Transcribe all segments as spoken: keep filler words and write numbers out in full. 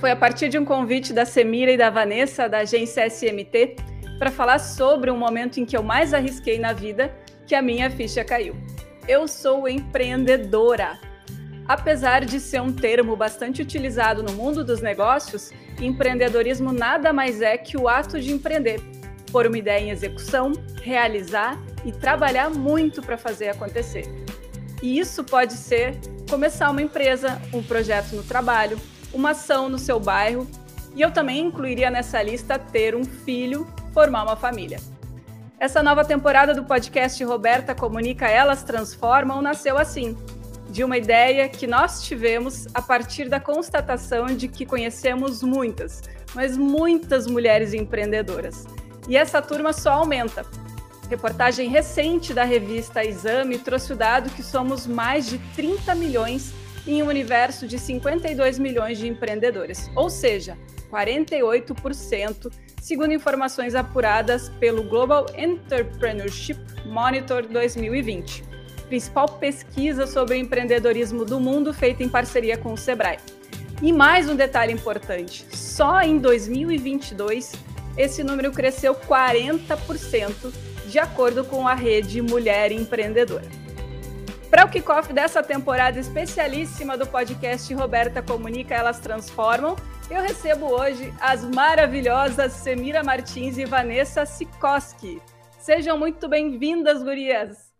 Foi a partir de um convite da Semira e da Vanessa, da agência S M T, para falar sobre um momento em que eu mais arrisquei na vida, que a minha ficha caiu. Eu sou empreendedora. Apesar de ser um termo bastante utilizado no mundo dos negócios, empreendedorismo nada mais é que o ato de empreender, pôr uma ideia em execução, realizar e trabalhar muito para fazer acontecer. E isso pode ser começar uma empresa, um projeto no trabalho, uma ação no seu bairro, e eu também incluiria nessa lista ter um filho, formar uma família. Essa nova temporada do podcast Roberta Comunica, Elas Transformam, nasceu assim, de uma ideia que nós tivemos a partir da constatação de que conhecemos muitas, mas muitas mulheres empreendedoras. E essa turma só aumenta. Reportagem recente da revista Exame trouxe o dado que somos mais de trinta milhões em um universo de cinquenta e dois milhões de empreendedores, ou seja, quarenta e oito por cento, segundo informações apuradas pelo Global Entrepreneurship Monitor dois mil e vinte, principal pesquisa sobre empreendedorismo do mundo feita em parceria com o Sebrae. E mais um detalhe importante, só em dois mil e vinte e dois, esse número cresceu quarenta por cento, de acordo com a rede Mulher Empreendedora. Para o kickoff dessa temporada especialíssima do podcast Roberta Comunica, Elas Transformam, eu recebo hoje as maravilhosas Semira Martins e Vanessa Sikoski. Sejam muito bem-vindas, gurias!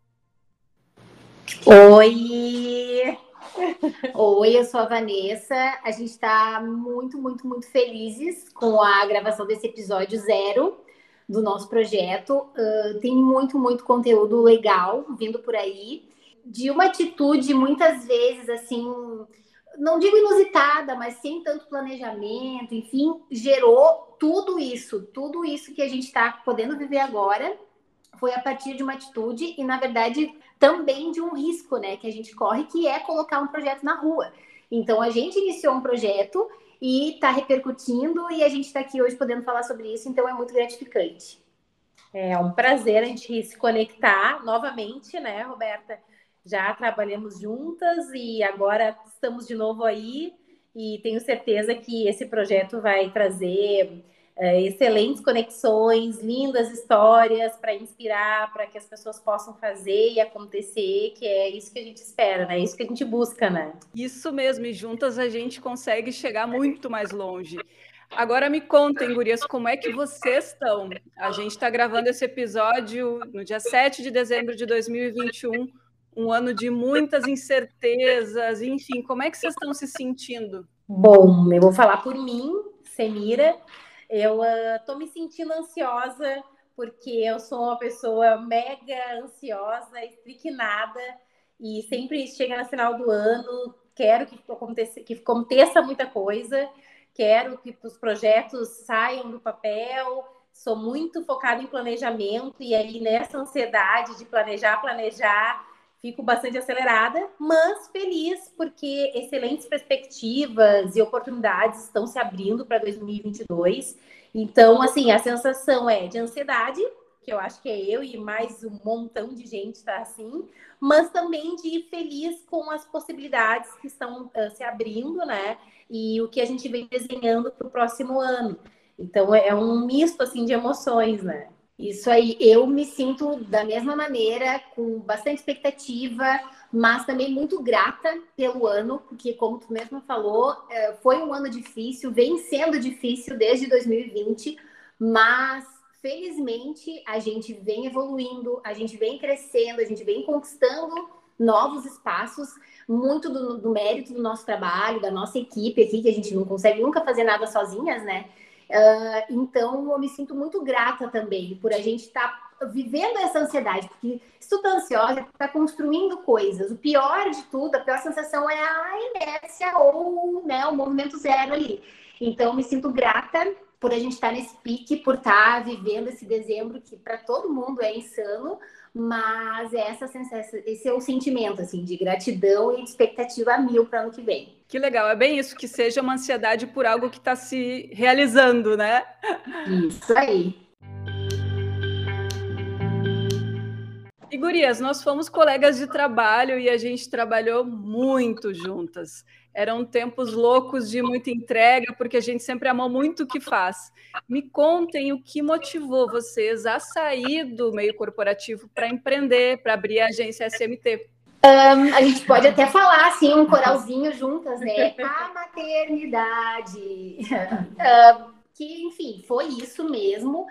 Oi! Oi, eu sou a Vanessa. A gente está muito, muito, muito felizes com a gravação desse episódio zero do nosso projeto. Uh, tem muito, muito conteúdo legal vindo por aí. De uma atitude, muitas vezes, assim, não digo inusitada, mas sem tanto planejamento, enfim, gerou tudo isso, tudo isso que a gente está podendo viver agora, foi a partir de uma atitude e, na verdade, também de um risco, né, que a gente corre, que é colocar um projeto na rua. Então, a gente iniciou um projeto e está repercutindo e a gente está aqui hoje podendo falar sobre isso, então é muito gratificante. É um prazer a gente se conectar novamente, né, Roberta? Já trabalhamos juntas e agora estamos de novo aí e tenho certeza que esse projeto vai trazer é, excelentes conexões, lindas histórias para inspirar, para que as pessoas possam fazer e acontecer, que é isso que a gente espera, né? Isso que a gente busca, né? Isso mesmo, e juntas a gente consegue chegar muito mais longe. Agora me contem, gurias, como é que vocês estão? A gente está gravando esse episódio no dia sete de dezembro de dois mil e vinte e um, um ano de muitas incertezas, enfim, como é que vocês estão se sentindo? Bom, eu vou falar por mim, Semira. Eu estou uh, me sentindo ansiosa, porque eu sou uma pessoa mega ansiosa, estriquinada, e sempre chega no final do ano, quero que aconteça, que aconteça muita coisa, quero que os projetos saiam do papel, sou muito focada em planejamento, e aí nessa ansiedade de planejar, planejar, fico bastante acelerada, mas feliz porque excelentes perspectivas e oportunidades estão se abrindo para dois mil e vinte e dois. Então, assim, a sensação é de ansiedade, que eu acho que é eu e mais um montão de gente está assim, mas também de ir feliz com as possibilidades que estão uh, se abrindo, né? E o que a gente vem desenhando para o próximo ano. Então, é um misto, assim, de emoções, né? Isso aí, eu me sinto da mesma maneira, com bastante expectativa, mas também muito grata pelo ano, porque como tu mesma falou, foi um ano difícil, vem sendo difícil desde dois mil e vinte, mas felizmente a gente vem evoluindo, a gente vem crescendo, a gente vem conquistando novos espaços, muito do, do mérito do nosso trabalho, da nossa equipe aqui, que a gente não consegue nunca fazer nada sozinhas, né? Uh, então, eu me sinto muito grata também por a gente estar tá vivendo essa ansiedade, porque se tu tá ansiosa, tu tá construindo coisas. O pior de tudo, a pior sensação é a inércia ou, né, o movimento zero ali. Então, eu me sinto grata por a gente estar tá nesse pique, por estar tá vivendo esse dezembro que para todo mundo é insano, mas é essa sensação, esse é o sentimento assim, de gratidão e de expectativa a mil para o ano que vem. Que legal, é bem isso, que seja uma ansiedade por algo que está se realizando, né? Isso aí. E gurias, nós fomos colegas de trabalho e a gente trabalhou muito juntas. Eram tempos loucos de muita entrega, porque a gente sempre amou muito o que faz. Me contem o que motivou vocês a sair do meio corporativo para empreender, para abrir a agência S M T. Um, a gente pode até falar, assim, um coralzinho juntas, né? A maternidade. uh, que, enfim, foi isso mesmo.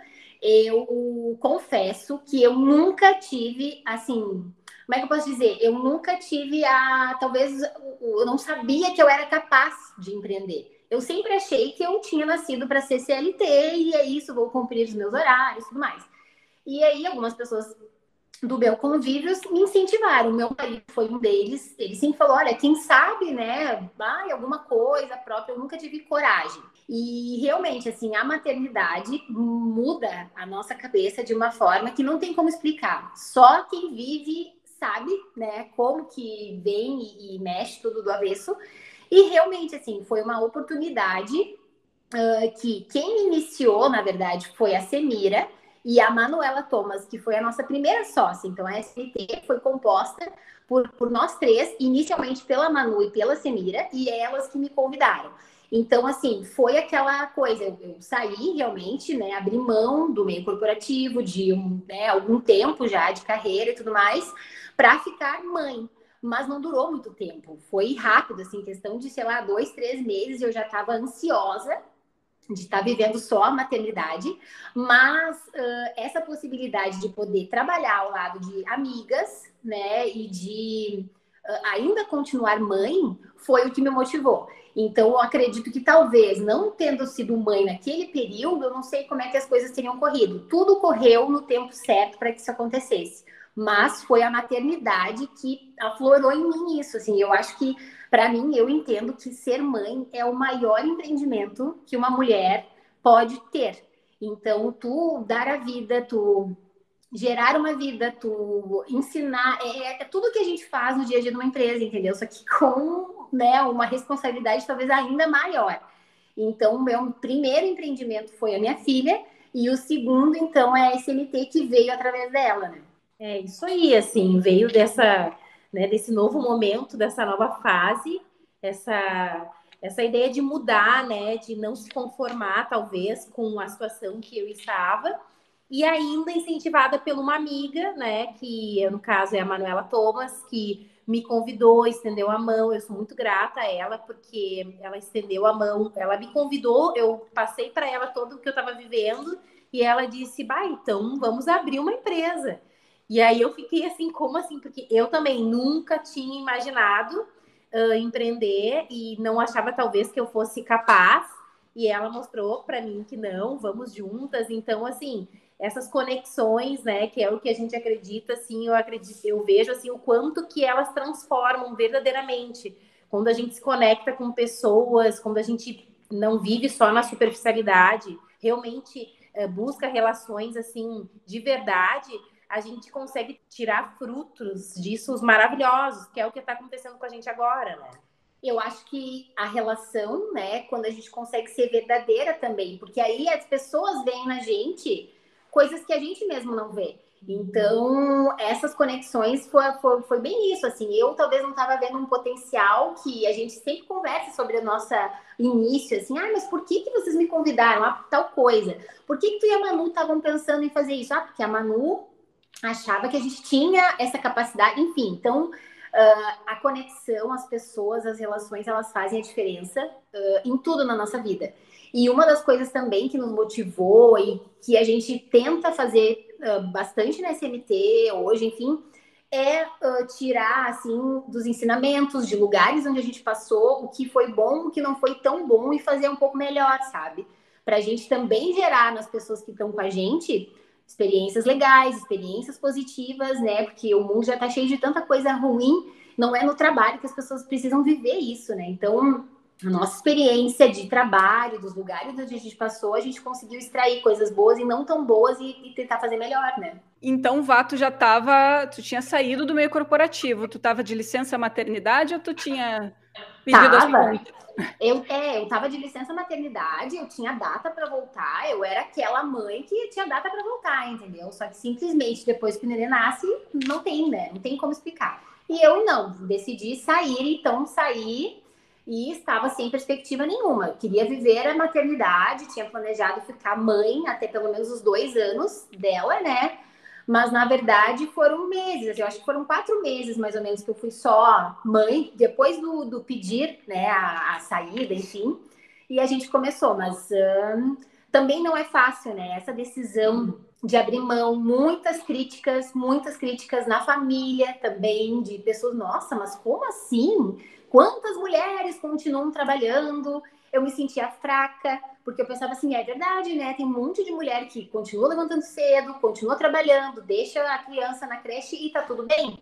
Eu confesso que eu nunca tive, assim, como é que eu posso dizer? Eu nunca tive a, talvez, eu não sabia que eu era capaz de empreender. Eu sempre achei que eu tinha nascido para ser C L T e é isso, vou cumprir os meus horários e tudo mais. E aí algumas pessoas do meu convívio me incentivaram. Meu marido foi um deles. Ele sempre falou, olha, quem sabe, né? Vai, alguma coisa própria. Eu nunca tive coragem. E realmente, assim, a maternidade muda a nossa cabeça de uma forma que não tem como explicar. Só quem vive sabe, né? Como que vem e, e mexe tudo do avesso. E realmente, assim, foi uma oportunidade uh, que quem iniciou, na verdade, foi a Semira. E a Manuela Thomas, que foi a nossa primeira sócia. Então, a S M T foi composta por, por nós três, inicialmente pela Manu e pela Semira, e elas que me convidaram. Então, assim, foi aquela coisa, eu, eu saí realmente, né, abri mão do meio corporativo, de um, né, algum tempo já de carreira e tudo mais, para ficar mãe. Mas não durou muito tempo, foi rápido, assim, questão de, sei lá, dois, três meses, eu já estava ansiosa de estar vivendo só a maternidade, mas uh, essa possibilidade de poder trabalhar ao lado de amigas, né, e de uh, ainda continuar mãe, foi o que me motivou. Então, eu acredito que talvez, não tendo sido mãe naquele período, eu não sei como é que as coisas teriam corrido. Tudo correu no tempo certo para que isso acontecesse. Mas foi a maternidade que aflorou em mim isso, assim, eu acho que para mim, eu entendo que ser mãe é o maior empreendimento que uma mulher pode ter. Então, tu dar a vida, tu gerar uma vida, tu ensinar, é, é tudo que a gente faz no dia a dia de uma empresa, entendeu? Só que com, né, uma responsabilidade talvez ainda maior. Então, o meu primeiro empreendimento foi a minha filha e o segundo, então, é a S M T que veio através dela, né? É isso aí, assim, veio dessa... Né, desse novo momento, dessa nova fase, essa, essa ideia de mudar, né, de não se conformar, talvez, com a situação que eu estava, e ainda incentivada por uma amiga, né, que no caso é a Manuela Thomas, que me convidou, estendeu a mão, eu sou muito grata a ela, porque ela estendeu a mão, ela me convidou, eu passei para ela todo o que eu estava vivendo, e ela disse, bah, então vamos abrir uma empresa. E aí eu fiquei assim, como assim? Porque eu também nunca tinha imaginado uh, empreender e não achava talvez que eu fosse capaz. E ela mostrou para mim que não, vamos juntas. Então, assim, essas conexões, né, que é o que a gente acredita, assim, eu acredito, eu vejo assim o quanto que elas transformam verdadeiramente. Quando a gente se conecta com pessoas, quando a gente não vive só na superficialidade, realmente uh, busca relações assim de verdade, a gente consegue tirar frutos disso maravilhosos, que é o que está acontecendo com a gente agora, né? Eu acho que a relação, né, quando a gente consegue ser verdadeira também, porque aí as pessoas veem na gente coisas que a gente mesmo não vê. Então, essas conexões foi, foi, foi bem isso, assim, eu talvez não estava vendo um potencial que a gente sempre conversa sobre o nosso início, assim, ah, mas por que, que vocês me convidaram a tal coisa? Por que, que tu e a Manu estavam pensando em fazer isso? Ah, porque a Manu achava que a gente tinha essa capacidade, enfim, então uh, a conexão, as pessoas, as relações, elas fazem a diferença uh, em tudo na nossa vida. E uma das coisas também que nos motivou e que a gente tenta fazer uh, bastante na S M T hoje, enfim, é uh, tirar, assim, dos ensinamentos, de lugares onde a gente passou, o que foi bom, o que não foi tão bom e fazer um pouco melhor, sabe? Para a gente também gerar nas pessoas que estão com a gente experiências legais, experiências positivas, né? Porque o mundo já tá cheio de tanta coisa ruim, não é no trabalho que as pessoas precisam viver isso, né? Então, a nossa experiência de trabalho, dos lugares onde a gente passou, a gente conseguiu extrair coisas boas e não tão boas e, e tentar fazer melhor, né? Então, Vá, tu já tava, tu tinha saído do meio corporativo, tu tava de licença maternidade ou tu tinha pedido as Tava. contas. Eu, é, eu tava de licença maternidade, eu tinha data para voltar, eu era aquela mãe que tinha data para voltar, entendeu? Só que simplesmente depois que o neném nasce, não tem, né? Não tem como explicar. E eu não, decidi sair, então saí e estava sem perspectiva nenhuma. Eu queria viver a maternidade, tinha planejado ficar mãe até pelo menos os dois anos dela, né? Mas, na verdade, foram meses. Eu acho que foram quatro meses, mais ou menos, que eu fui só mãe, depois do, do pedir, né, a, a saída, enfim. E a gente começou, mas hum, também não é fácil, né? Essa decisão de abrir mão, muitas críticas, muitas críticas na família também, de pessoas, nossa, mas como assim? Quantas mulheres continuam trabalhando? Eu me sentia fraca, porque eu pensava assim, é verdade, né? Tem um monte de mulher que continua levantando cedo, continua trabalhando, deixa a criança na creche e tá tudo bem.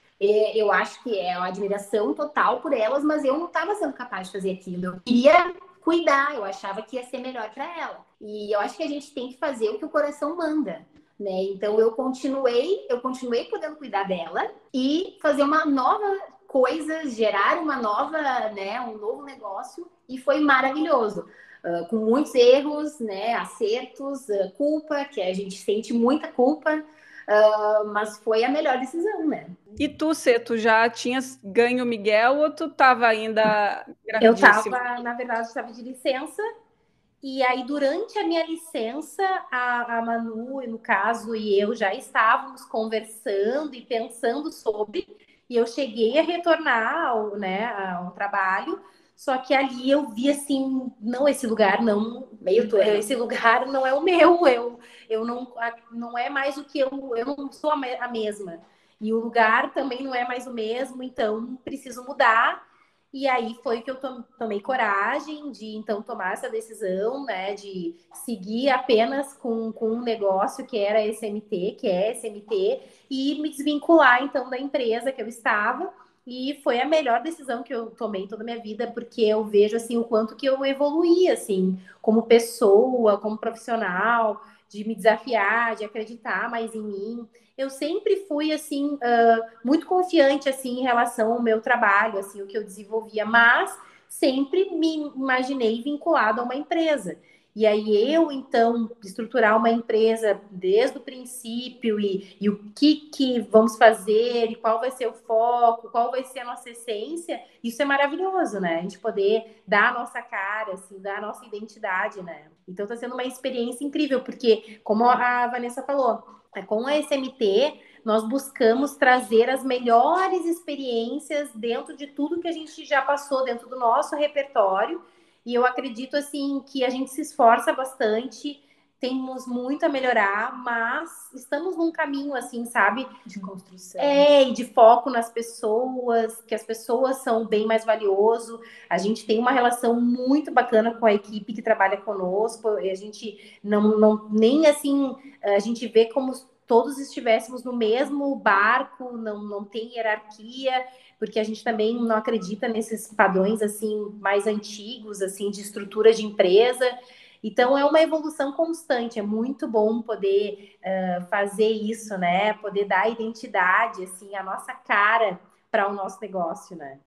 E eu acho que é uma admiração total por elas, mas eu não estava sendo capaz de fazer aquilo. Eu queria cuidar, eu achava que ia ser melhor para ela. E eu acho que a gente tem que fazer o que o coração manda, né? Então eu continuei, eu continuei podendo cuidar dela e fazer uma nova coisa, gerar uma nova, né, um novo negócio, e foi maravilhoso. Uh, com muitos erros, né, acertos, uh, culpa, que a gente sente muita culpa, uh, mas foi a melhor decisão, né? E tu, Cê, tu já tinhas ganho o Miguel ou tu tava ainda Eu gravidíssima? estava, na verdade, estava de licença. E aí, durante a minha licença, a, a Manu, no caso, e eu já estávamos conversando e pensando sobre, e eu cheguei a retornar ao, né, ao trabalho, só que ali eu vi assim, não, esse lugar não, Meio todo. esse lugar não é o meu, eu, eu não, não é mais o que eu, eu não sou a mesma. E o lugar também não é mais o mesmo, então preciso mudar. E aí foi que eu tomei coragem de, então, tomar essa decisão, né, de seguir apenas com, com um negócio que era S M T, que é S M T, e me desvincular, então, da empresa que eu estava. E foi a melhor decisão que eu tomei toda a minha vida, porque eu vejo, assim, o quanto que eu evoluí, assim, como pessoa, como profissional, de me desafiar, de acreditar mais em mim. Eu sempre fui, assim, uh, muito confiante, assim, em relação ao meu trabalho, assim, o que eu desenvolvia, mas sempre me imaginei vinculado a uma empresa. E aí eu, então, estruturar uma empresa desde o princípio e, e o que, que vamos fazer, e qual vai ser o foco, qual vai ser a nossa essência, isso é maravilhoso, né? A gente poder dar a nossa cara, assim, dar a nossa identidade, né? Então, está sendo uma experiência incrível, porque, como a Vanessa falou, com a S M T, nós buscamos trazer as melhores experiências dentro de tudo que a gente já passou dentro do nosso repertório. E eu acredito, assim, que a gente se esforça bastante, temos muito a melhorar, mas estamos num caminho, assim, sabe? De construção. É, e de foco nas pessoas, que as pessoas são bem mais valioso. A gente tem uma relação muito bacana com a equipe que trabalha conosco. A gente não, não nem assim, a gente vê como todos estivéssemos no mesmo barco, não, não tem hierarquia, porque a gente também não acredita nesses padrões assim mais antigos, assim, de estrutura de empresa. Então, é uma evolução constante, é muito bom poder uh, fazer isso, né? Poder dar identidade, assim, a nossa cara para o nosso negócio, né?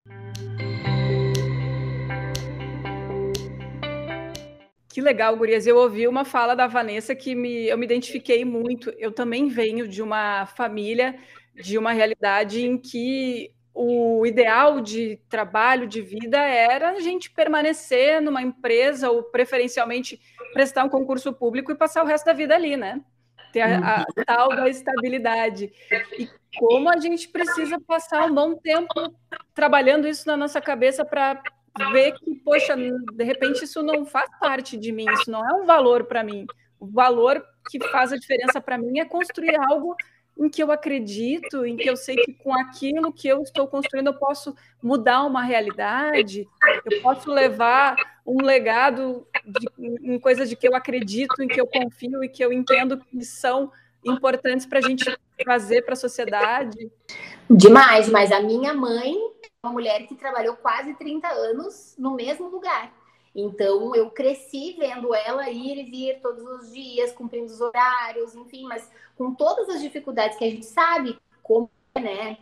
Que legal, gurias. Eu ouvi uma fala da Vanessa que me, eu me identifiquei muito. Eu também venho de uma família, de uma realidade em que o ideal de trabalho, de vida, era a gente permanecer numa empresa ou, preferencialmente, prestar um concurso público e passar o resto da vida ali, né? Ter a, a tal da estabilidade. E como a gente precisa passar um bom tempo trabalhando isso na nossa cabeça para ver que, poxa, de repente isso não faz parte de mim, isso não é um valor para mim. O valor que faz a diferença para mim é construir algo em que eu acredito, em que eu sei que com aquilo que eu estou construindo eu posso mudar uma realidade, eu posso levar um legado de, em coisas de que eu acredito, em que eu confio e que eu entendo que são importantes para a gente trazer para a sociedade. Demais, mas a minha mãe é uma mulher que trabalhou quase trinta anos no mesmo lugar. Então, eu cresci vendo ela ir e vir todos os dias, cumprindo os horários, enfim, mas com todas as dificuldades que a gente sabe como é, né?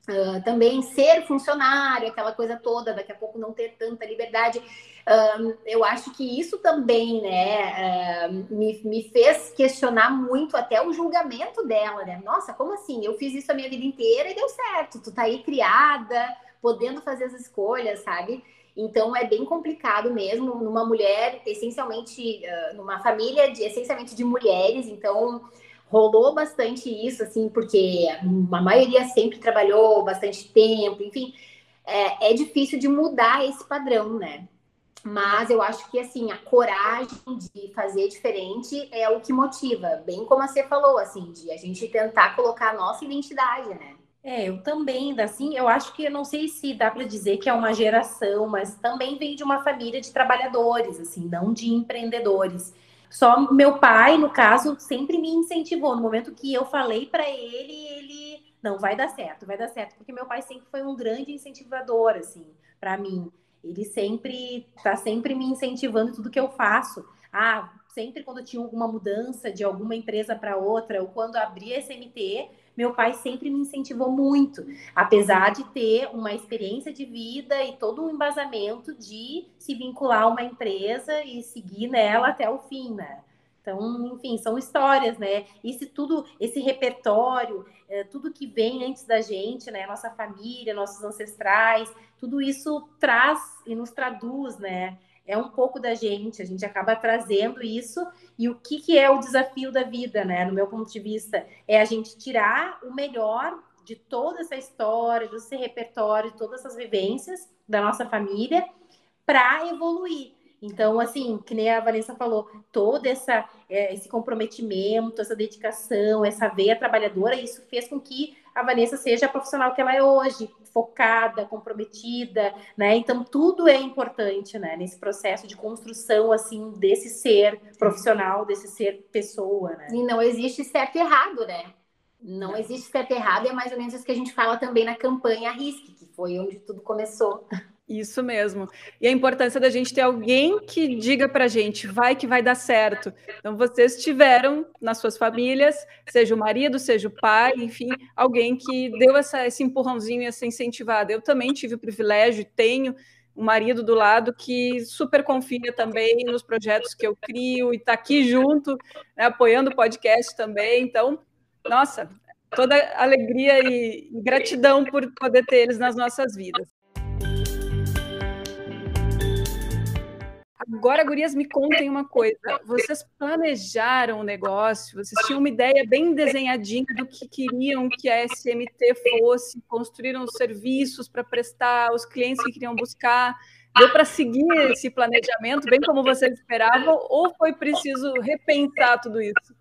Uh, também ser funcionário, aquela coisa toda, daqui a pouco não ter tanta liberdade. Uh, eu acho que isso também, né, uh, me, me fez questionar muito até o julgamento dela, né? Nossa, como assim? Eu fiz isso a minha vida inteira e deu certo. Tu tá aí criada, podendo fazer as escolhas, sabe? Então é bem complicado mesmo numa mulher, essencialmente, uh, numa família de, essencialmente de mulheres, então rolou bastante isso, assim, porque a maioria sempre trabalhou bastante tempo, enfim, é, é difícil de mudar esse padrão, né? Mas eu acho que, assim, a coragem de fazer diferente é o que motiva, bem como você falou, assim, de a gente tentar colocar a nossa identidade, né? É, eu também, assim, eu acho que eu não sei se dá para dizer que é uma geração, mas também vem de uma família de trabalhadores, assim, não de empreendedores. Só meu pai, no caso, sempre me incentivou. No momento que eu falei para ele, ele não vai dar certo, vai dar certo, porque meu pai sempre foi um grande incentivador, assim, para mim. Ele sempre tá sempre me incentivando em tudo que eu faço. Ah, sempre quando tinha alguma mudança de alguma empresa para outra, ou quando abria esse M T, meu pai sempre me incentivou muito, apesar de ter uma experiência de vida e todo um embasamento de se vincular a uma empresa e seguir nela até o fim, né? Então, enfim, são histórias, né? Esse tudo, esse repertório, é, tudo que vem antes da gente, né? Nossa família, nossos ancestrais, tudo isso traz e nos traduz, né? É um pouco da gente, a gente acaba trazendo isso. E o que, que é o desafio da vida, né? No meu ponto de vista, é a gente tirar o melhor de toda essa história, desse repertório, todas essas vivências da nossa família para evoluir. Então, assim, que nem a Vanessa falou, todo essa, é, esse comprometimento, essa dedicação, essa veia trabalhadora, isso fez com que a Vanessa seja a profissional que ela é hoje, focada, comprometida, né? Então, tudo é importante, né? Nesse processo de construção, assim, desse ser profissional, desse ser pessoa, né? E não existe certo e errado, né? Não, não existe certo e errado, e é mais ou menos isso que a gente fala também na campanha Arrisque, que foi onde tudo começou. Isso mesmo. E a importância da gente ter alguém que diga para a gente, vai que vai dar certo. Então, vocês tiveram nas suas famílias, seja o marido, seja o pai, enfim, alguém que deu essa, esse empurrãozinho, essa incentivada. Eu também tive o privilégio, tenho um marido do lado que super confia também nos projetos que eu crio e está aqui junto, né, apoiando o podcast também. Então, nossa, toda alegria e gratidão por poder ter eles nas nossas vidas. Agora, gurias, me contem uma coisa. Vocês planejaram o negócio? Vocês tinham uma ideia bem desenhadinha do que queriam que a S M T fosse? Construíram os serviços para prestar, os clientes que queriam buscar? Deu para seguir esse planejamento bem como vocês esperavam? Ou foi preciso repensar tudo isso?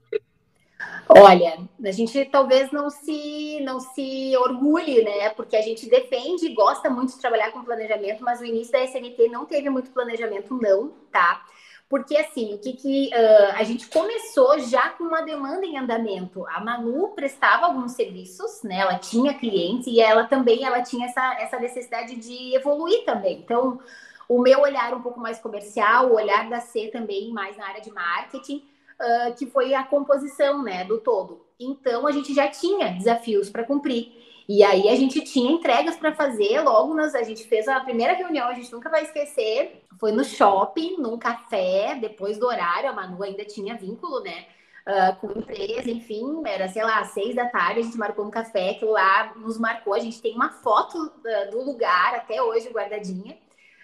Olha, a gente talvez não se, não se orgulhe, né? Porque a gente defende e gosta muito de trabalhar com planejamento, mas o início da S M T não teve muito planejamento, não, tá? Porque, assim, o que, que uh, a gente começou já com uma demanda em andamento. A Manu prestava alguns serviços, né? Ela tinha clientes e ela também ela tinha essa, essa necessidade de evoluir também. Então, o meu olhar um pouco mais comercial, o olhar da C também mais na área de marketing, Uh, que foi a composição, né, do todo. Então, a gente já tinha desafios para cumprir. E aí, a gente tinha entregas para fazer. Logo, nós, a gente fez a primeira reunião, a gente nunca vai esquecer. Foi no shopping, num café, depois do horário. A Manu ainda tinha vínculo, né, uh, com a empresa. Enfim, era, sei lá, às seis da tarde, a gente marcou um café. Aquilo lá nos marcou. A gente tem uma foto uh, do lugar, até hoje, guardadinha.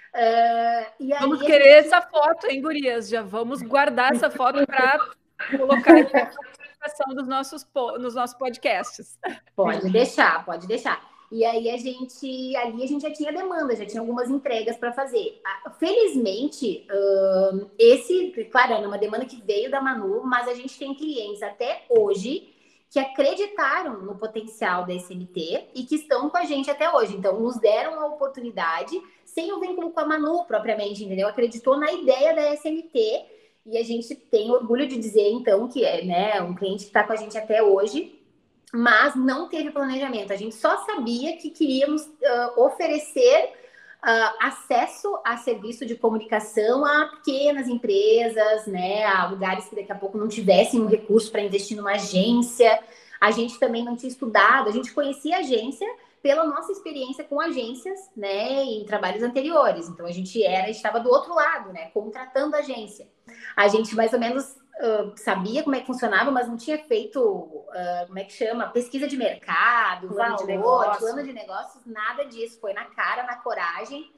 Uh, e aí vamos querer gente... essa foto, hein, gurias? Já vamos guardar essa foto para colocar na participação dos nossos, nos nossos podcasts. Pode deixar, pode deixar. E aí a gente, ali a gente já tinha demanda, já tinha algumas entregas para fazer. Felizmente, uh, esse, claro, é uma demanda que veio da Manu, mas a gente tem clientes até hoje que acreditaram no potencial da S M T e que estão com a gente até hoje. Então, nos deram a oportunidade sem o vínculo com a Manu propriamente, entendeu? Acreditou na ideia da S M T e a gente tem orgulho de dizer, então, que é, né, um cliente que está com a gente até hoje, mas não teve planejamento. A gente só sabia que queríamos uh, oferecer uh, acesso a serviço de comunicação a pequenas empresas, né, a lugares que daqui a pouco não tivessem um recurso para investir numa agência. A gente também não tinha estudado, a gente conhecia a agência pela nossa experiência com agências, né, em trabalhos anteriores. Então, a gente era, estava do outro lado, né, contratando a agência. A gente mais ou menos uh, sabia como é que funcionava, mas não tinha feito, uh, como é que chama, pesquisa de mercado, Plano valor, de negócio. plano de negócios, nada disso. Foi na cara, na coragem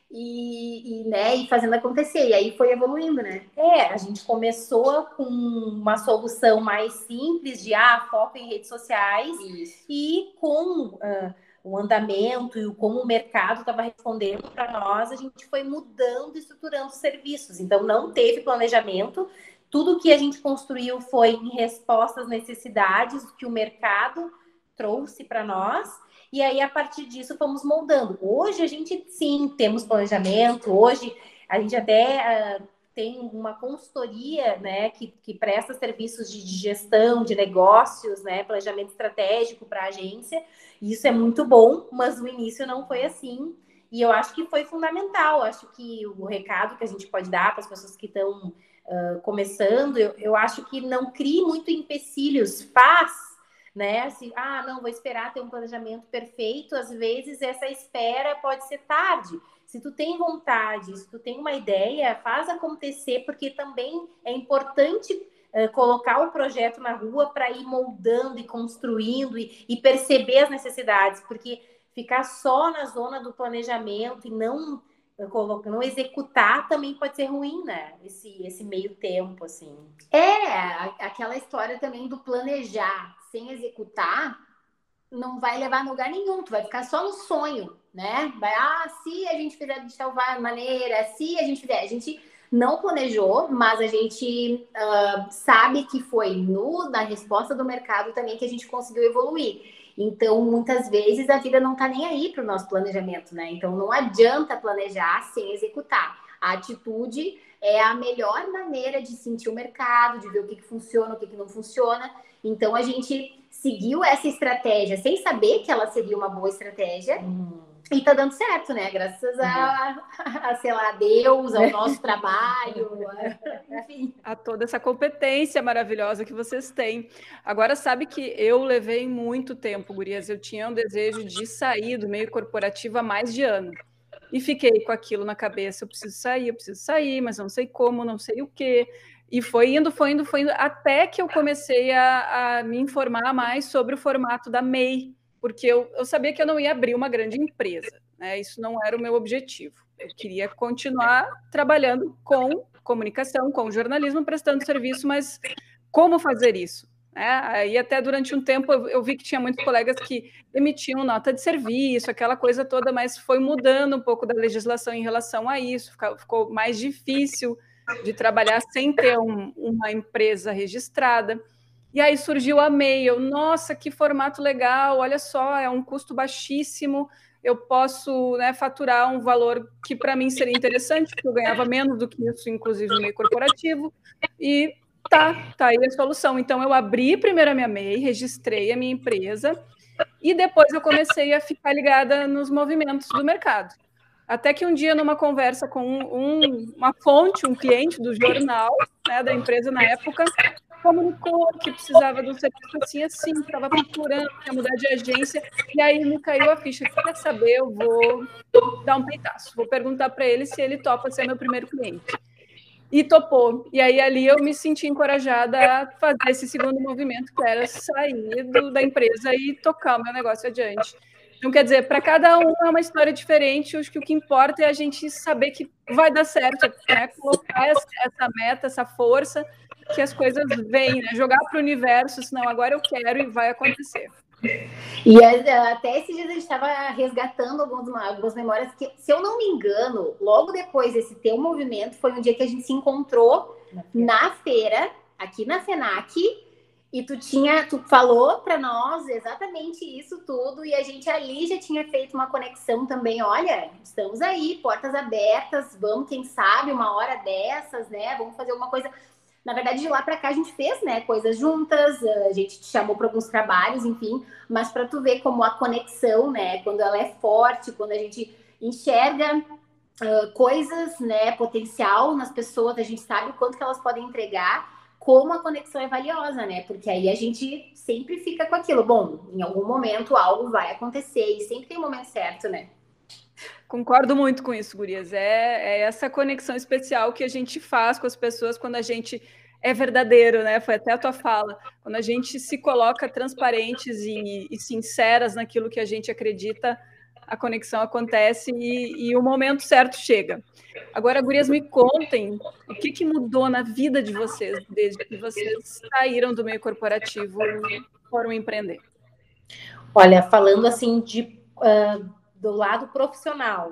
e, e, né, e fazendo acontecer. E aí foi evoluindo, né? É, a gente começou com uma solução mais simples de ah, foco em redes sociais. Isso. E com uh, o andamento e como o mercado estava respondendo para nós, a gente foi mudando e estruturando os serviços. Então, não teve planejamento. Tudo que a gente construiu foi em resposta às necessidades que o mercado trouxe para nós. E aí, a partir disso, fomos moldando. Hoje, a gente, sim, temos planejamento. Hoje, a gente até uh, tem uma consultoria, né, que, que presta serviços de, de gestão, de negócios, né, planejamento estratégico para a agência. E isso é muito bom, mas no início não foi assim. E eu acho que foi fundamental. Acho que o recado que a gente pode dar para as pessoas que estão uh, começando, eu, eu acho que não crie muito empecilhos. Faz, né? Assim, ah, não, vou esperar ter um planejamento perfeito. Às vezes essa espera pode ser tarde. Se tu tem vontade, se tu tem uma ideia, faz acontecer, porque também é importante uh, colocar o projeto na rua para ir moldando e construindo e, e perceber as necessidades, porque ficar só na zona do planejamento e não uh, não executar também pode ser ruim, né? Esse, esse meio tempo, assim. É, aquela história também do planejar sem executar não vai levar a lugar nenhum, tu vai ficar só no sonho, né? Vai, ah, se a gente fizer de tal maneira, se a gente fizer, a gente não planejou, mas a gente uh, sabe que foi no, na resposta do mercado também que a gente conseguiu evoluir. Então, muitas vezes a vida não tá nem aí para o nosso planejamento, né? Então, não adianta planejar sem executar. A atitude é a melhor maneira de sentir o mercado, de ver o que, que funciona, o que, que não funciona. Então, a gente seguiu essa estratégia sem saber que ela seria uma boa estratégia. Hum. E tá dando certo, né? Graças a, a, sei lá, a Deus, ao nosso trabalho, a, enfim. A toda essa competência maravilhosa que vocês têm. Agora, sabe que eu levei muito tempo, gurias. Eu tinha um desejo de sair do meio corporativo há mais de ano. E fiquei com aquilo na cabeça. Eu preciso sair, eu preciso sair, mas não sei como, não sei o quê. E foi indo, foi indo, foi indo, até que eu comecei a, a me informar mais sobre o formato da M E I, porque eu, eu sabia que eu não ia abrir uma grande empresa, né? Isso não era o meu objetivo. Eu queria continuar trabalhando com comunicação, com jornalismo, prestando serviço, mas como fazer isso? Né? Aí até durante um tempo eu, eu vi que tinha muitos colegas que emitiam nota de serviço, aquela coisa toda, mas foi mudando um pouco da legislação em relação a isso, ficou, ficou mais difícil de trabalhar sem ter um, uma empresa registrada. E aí surgiu a M E I. Eu, nossa, que formato legal, olha só, é um custo baixíssimo, eu posso, né, faturar um valor que para mim seria interessante, porque eu ganhava menos do que isso, inclusive no meio corporativo, e tá, tá aí a solução. Então eu abri primeiro a minha M E I, registrei a minha empresa, e depois eu comecei a ficar ligada nos movimentos do mercado. Até que um dia, numa conversa com um, uma fonte, um cliente do jornal, né, da empresa na época, comunicou que precisava de um serviço assim, assim, estava procurando, ia mudar de agência, e aí me caiu a ficha. Quer saber, eu vou dar um peitaço, vou perguntar para ele se ele topa ser meu primeiro cliente. E topou. E aí ali eu me senti encorajada a fazer esse segundo movimento, que era sair do, da empresa e tocar o meu negócio adiante. Então, quer dizer, para cada um é uma história diferente. Acho que o que importa é a gente saber que vai dar certo, né? Colocar essa, essa meta, essa força, que as coisas vêm, né? Jogar para o universo, senão agora eu quero e vai acontecer. E até esses dias a gente estava resgatando algumas, algumas memórias que, se eu não me engano, logo depois desse teu movimento, foi um dia que a gente se encontrou na feira, na feira aqui na FENAC. E tu tinha, tu falou para nós exatamente isso tudo, e a gente ali já tinha feito uma conexão também. Olha, estamos aí, portas abertas, vamos, quem sabe, uma hora dessas, né? Vamos fazer alguma coisa. Na verdade, de lá para cá a gente fez, né, coisas juntas, a gente te chamou para alguns trabalhos, enfim, mas para tu ver como a conexão, né, quando ela é forte, quando a gente enxerga uh, coisas, né, potencial nas pessoas, a gente sabe o quanto que elas podem entregar. como a conexão é valiosa, né? Porque aí a gente sempre fica com aquilo. Bom, em algum momento algo vai acontecer e sempre tem o momento certo, né? Concordo muito com isso, gurias. É, é essa conexão especial que a gente faz com as pessoas quando a gente é verdadeiro, né? Foi até a tua fala. Quando a gente se coloca transparentes e, e sinceras naquilo que a gente acredita, a conexão acontece e, e o momento certo chega. Agora, gurias, me contem o que, que mudou na vida de vocês desde que vocês saíram do meio corporativo e foram empreender. Olha, falando assim de, uh, do lado profissional,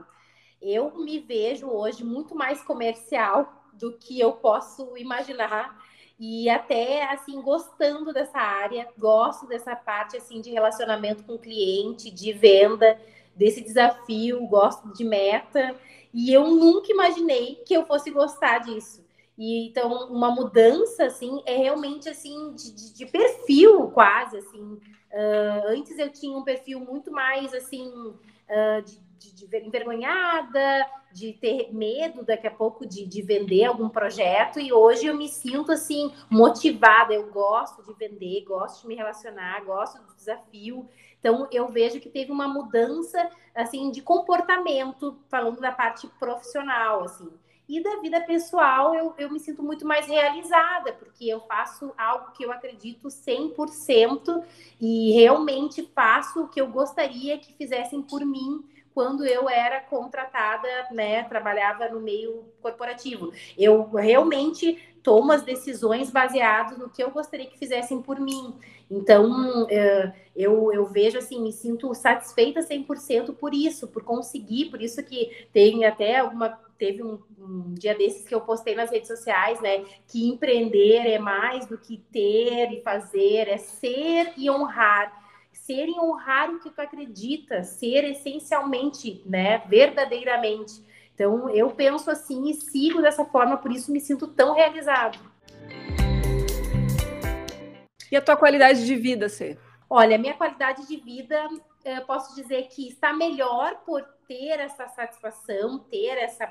eu me vejo hoje muito mais comercial do que eu posso imaginar e até assim gostando dessa área, gosto dessa parte assim de relacionamento com o cliente, de venda, desse desafio, gosto de meta e eu nunca imaginei que eu fosse gostar disso. E então uma mudança assim é realmente assim de, de, de perfil quase assim. Uh, antes eu tinha um perfil muito mais assim uh, de, de, de envergonhada, de ter medo daqui a pouco de, de vender algum projeto e hoje eu me sinto assim motivada, eu gosto de vender, gosto de me relacionar, gosto do desafio. Então eu vejo que teve uma mudança assim de comportamento, falando da parte profissional assim. E da vida pessoal, eu, eu me sinto muito mais realizada, porque eu faço algo que eu acredito cem por cento e realmente faço o que eu gostaria que fizessem por mim quando eu era contratada, né, trabalhava no meio corporativo. Eu realmente tomo as decisões baseadas no que eu gostaria que fizessem por mim. Então, eu, eu vejo assim, me sinto satisfeita cem por cento por isso, por conseguir, por isso que tem até alguma... Teve um, um dia desses que eu postei nas redes sociais, né? Que empreender é mais do que ter e fazer, é ser e honrar. Ser e honrar o que tu acredita, ser essencialmente, né? Verdadeiramente. Então, eu penso assim e sigo dessa forma, por isso me sinto tão realizado. E a tua qualidade de vida, Cê? Olha, minha qualidade de vida, eu posso dizer que está melhor por ter essa satisfação, ter essa,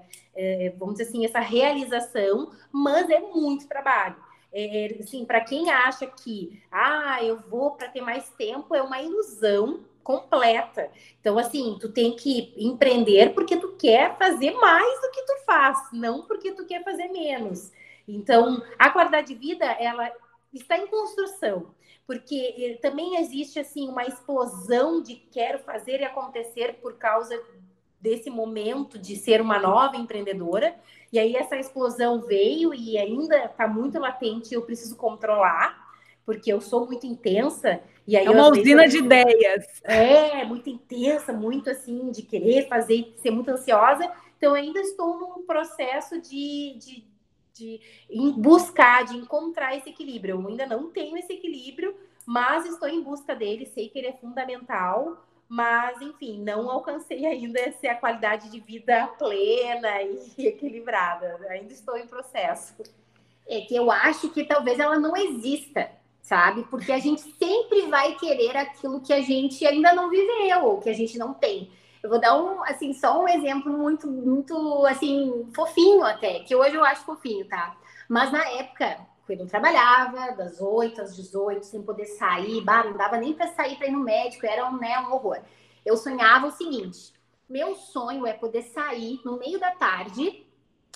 é, vamos dizer assim, essa realização, mas é muito trabalho. É, assim, para quem acha que, ah, eu vou para ter mais tempo, é uma ilusão completa. Então, assim, tu tem que empreender porque tu quer fazer mais do que tu faz, não porque tu quer fazer menos. Então, a qualidade de vida, ela está em construção. Porque também existe assim uma explosão de quero fazer e acontecer por causa desse momento de ser uma nova empreendedora. E aí essa explosão veio e ainda está muito latente, eu preciso controlar, porque eu sou muito intensa. E aí, é uma usina de ideias. É, muito intensa, muito assim, de querer fazer, ser muito ansiosa. Então, eu ainda estou num processo de... de de em buscar, de encontrar esse equilíbrio. Eu ainda não tenho esse equilíbrio, mas estou em busca dele, sei que ele é fundamental, mas, enfim, não alcancei ainda essa a qualidade de vida plena e equilibrada. Ainda estou em processo. É que eu acho que talvez ela não exista, sabe? Porque a gente sempre vai querer aquilo que a gente ainda não viveu, ou que a gente não tem. Eu vou dar um, assim, só um exemplo muito, muito, assim, fofinho até, que hoje eu acho fofinho, tá? Mas na época, quando eu trabalhava, das oito às dezoito, sem poder sair, bah, não dava nem para sair para ir no médico, era um, né, um horror. Eu sonhava o seguinte, meu sonho é poder sair no meio da tarde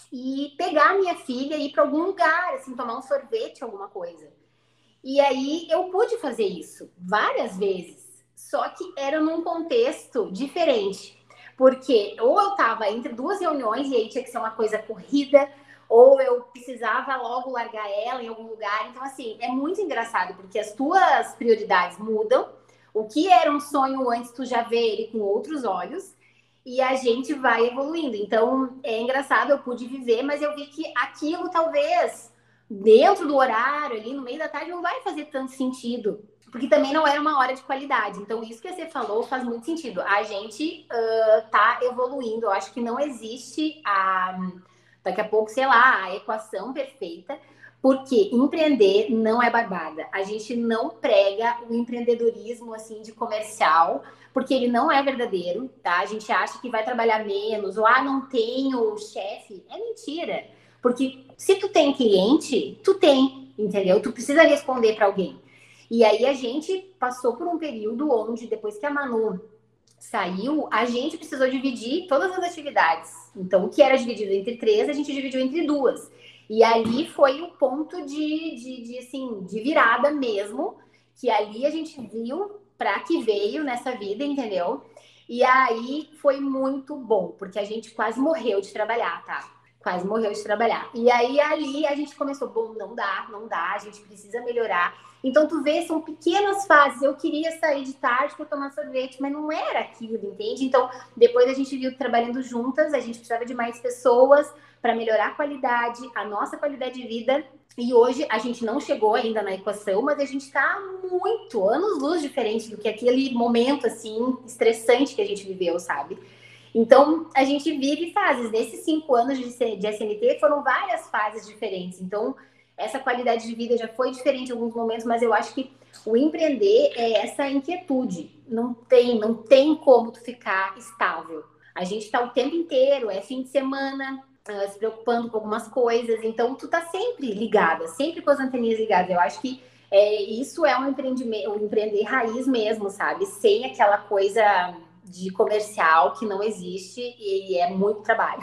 e pegar minha filha e ir para algum lugar, assim, tomar um sorvete, alguma coisa. E aí eu pude fazer isso várias vezes. Só que era num contexto diferente, porque ou eu estava entre duas reuniões e aí tinha que ser uma coisa corrida, ou eu precisava logo largar ela em algum lugar. Então, assim, é muito engraçado, porque as tuas prioridades mudam, o que era um sonho antes, tu já vê ele com outros olhos, e a gente vai evoluindo. Então, é engraçado, eu pude viver, mas eu vi que aquilo talvez, dentro do horário, ali no meio da tarde, não vai fazer tanto sentido. Porque também não era uma hora de qualidade. Então, isso que você falou faz muito sentido. A gente uh, tá evoluindo. Eu acho que não existe, a, daqui a pouco, sei lá, a equação perfeita. Porque empreender não é barbada. A gente não prega o empreendedorismo, assim, de comercial, porque ele não é verdadeiro, tá? A gente acha que vai trabalhar menos, ou, ah, não tenho chefe. É mentira. Porque se tu tem cliente, tu tem, entendeu? Tu precisa responder para alguém. E aí a gente passou por um período onde, depois que a Manu saiu, a gente precisou dividir todas as atividades. Então, o que era dividido entre três, a gente dividiu entre duas. E ali foi o ponto de, de, de, assim, de virada mesmo, que ali a gente viu para que veio nessa vida, entendeu? E aí foi muito bom, porque a gente quase morreu de trabalhar, tá? Quase morreu de trabalhar. E aí ali a gente começou, bom, não dá, não dá, a gente precisa melhorar. Então tu vê, são pequenas fases. Eu queria sair de tarde para tomar sorvete, mas não era aquilo, entende? Então depois a gente viu que trabalhando juntas, a gente precisava de mais pessoas para melhorar a qualidade, a nossa qualidade de vida. E hoje a gente não chegou ainda na equação, mas a gente está muito, anos-luz diferente do que aquele momento, assim, estressante que a gente viveu, sabe? Então, a gente vive fases. Nesses cinco anos de, de S N T, foram várias fases diferentes. Então, essa qualidade de vida já foi diferente em alguns momentos, mas eu acho que o empreender é essa inquietude. Não tem, não tem como tu ficar estável. A gente está o tempo inteiro, é fim de semana, uh, se preocupando com algumas coisas. Então, tu tá sempre ligada, sempre com as anteninhas ligadas. Eu acho que é, isso é um empreendimento, um empreender raiz mesmo, sabe? Sem aquela coisa de comercial que não existe e é muito trabalho.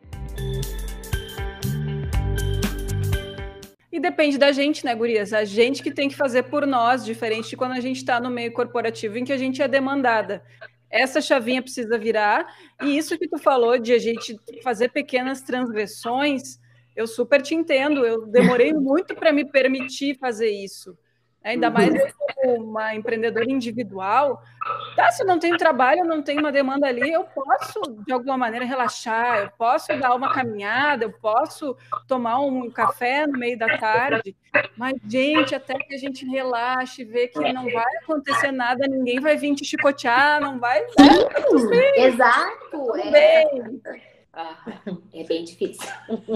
E depende da gente, né, gurias? A gente que tem que fazer por nós, diferente de quando a gente está no meio corporativo, em que a gente é demandada. Essa chavinha precisa virar, e isso que tu falou de a gente fazer pequenas transgressões, eu super te entendo, eu demorei muito para me permitir fazer isso. Ainda mais eu como uma empreendedora individual, tá, se eu não tenho trabalho, eu não tenho uma demanda ali, eu posso, de alguma maneira, relaxar, eu posso dar uma caminhada, eu posso tomar um café no meio da tarde, mas, gente, até que a gente relaxe, ver que não vai acontecer nada, ninguém vai vir te chicotear, não vai... Sim, bem, exato. Tudo é. bem. Ah, é bem difícil.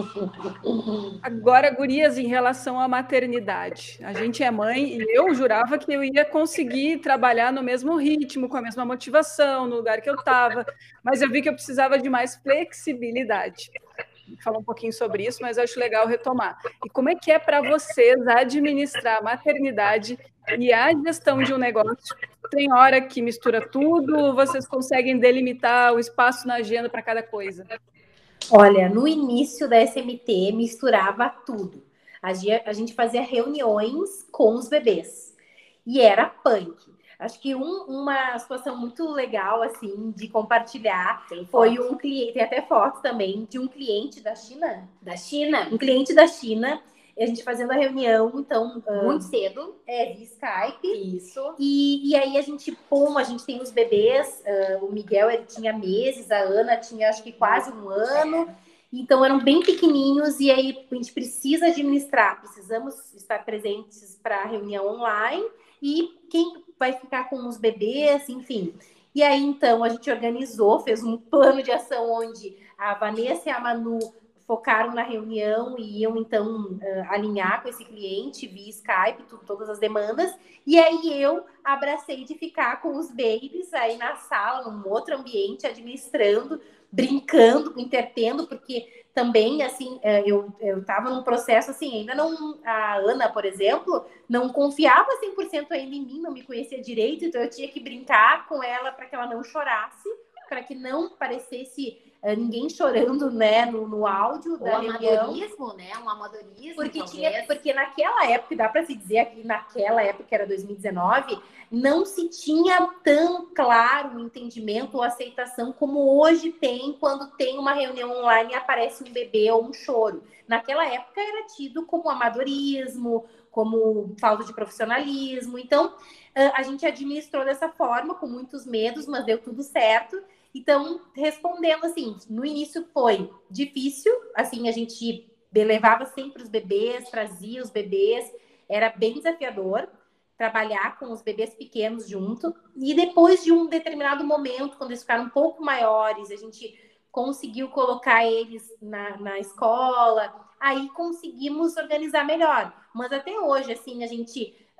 Agora, gurias, em relação à maternidade. A gente é mãe e eu jurava que eu ia conseguir trabalhar no mesmo ritmo, com a mesma motivação, no lugar que eu estava, mas eu vi que eu precisava de mais flexibilidade. Vou falar um pouquinho sobre isso, mas eu acho legal retomar. E como é que é para vocês administrar a maternidade e a gestão de um negócio? Tem hora que mistura tudo, vocês conseguem delimitar o espaço na agenda para cada coisa? Olha, no início da S M T, misturava tudo. A gente fazia reuniões com os bebês. E era punk. Acho que um, uma situação muito legal, assim, de compartilhar foi um cliente, tem até fotos também, de um cliente da China. Da China? Um cliente da China, a gente fazendo a reunião, então... Muito um, cedo. É, via Skype. Isso. E, e aí a gente, pum, a gente tem os bebês, uh, o Miguel, ele tinha meses, a Ana tinha, acho que quase um ano. Então, eram bem pequenininhos e aí a gente precisa administrar. Precisamos estar presentes para a reunião online e quem vai ficar com os bebês, enfim. E aí, então, a gente organizou, fez um plano de ação onde a Vanessa e a Manu focaram na reunião e iam, então, uh, alinhar com esse cliente via Skype, tudo, todas as demandas. E aí eu abracei de ficar com os babies aí na sala, num outro ambiente, administrando, brincando, intertendo, porque também, assim, eu, eu tava num processo, assim, ainda não... A Ana, por exemplo, não confiava cem por cento ainda em mim, não me conhecia direito, então eu tinha que brincar com ela para que ela não chorasse, para que não parecesse uh, ninguém chorando, né, no, no áudio da reunião. Amadorismo, né? Um amadorismo, porque tinha, porque naquela época, dá para se dizer aqui, naquela época, que era dois mil e dezenove, não se tinha tão claro o entendimento ou aceitação como hoje tem quando tem uma reunião online e aparece um bebê ou um choro. Naquela época era tido como amadorismo, como falta de profissionalismo. Então, a gente administrou dessa forma, com muitos medos, mas deu tudo certo. Então, respondendo assim, no início foi difícil, assim, a gente levava sempre os bebês, trazia os bebês, era bem desafiador trabalhar com os bebês pequenos junto. E depois de um determinado momento, quando eles ficaram um pouco maiores, a gente conseguiu colocar eles na, na escola, aí conseguimos organizar melhor. Mas até hoje, assim, a gente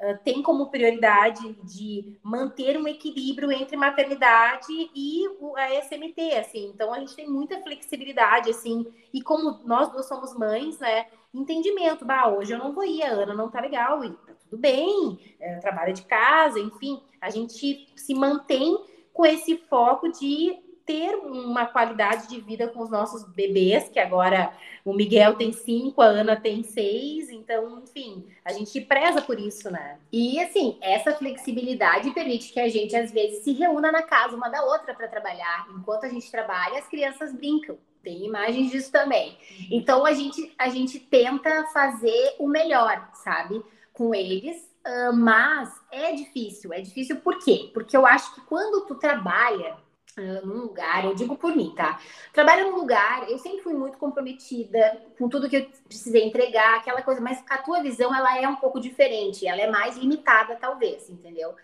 uh, tem como prioridade de manter um equilíbrio entre maternidade e o, a S M T, assim. Então, a gente tem muita flexibilidade, assim, e como nós duas somos mães, né, entendimento, bah, hoje eu não vou ir, a Ana não tá legal, e tá tudo bem, é, trabalho de casa, enfim, a gente se mantém com esse foco de ter uma qualidade de vida com os nossos bebês, que agora o Miguel tem cinco, a Ana tem seis, então, enfim, a gente preza por isso, né? E, assim, essa flexibilidade permite que a gente, às vezes, se reúna na casa uma da outra para trabalhar. Enquanto a gente trabalha, as crianças brincam. Tem imagens disso também. Então, a gente, a gente tenta fazer o melhor, sabe? Com eles, uh, mas é difícil. É difícil por quê? Porque eu acho que quando tu trabalha Uh, num lugar, eu digo por mim, tá? Trabalho num lugar, eu sempre fui muito comprometida com tudo que eu precisei entregar, aquela coisa, mas a tua visão, ela é um pouco diferente, ela é mais limitada, talvez, entendeu?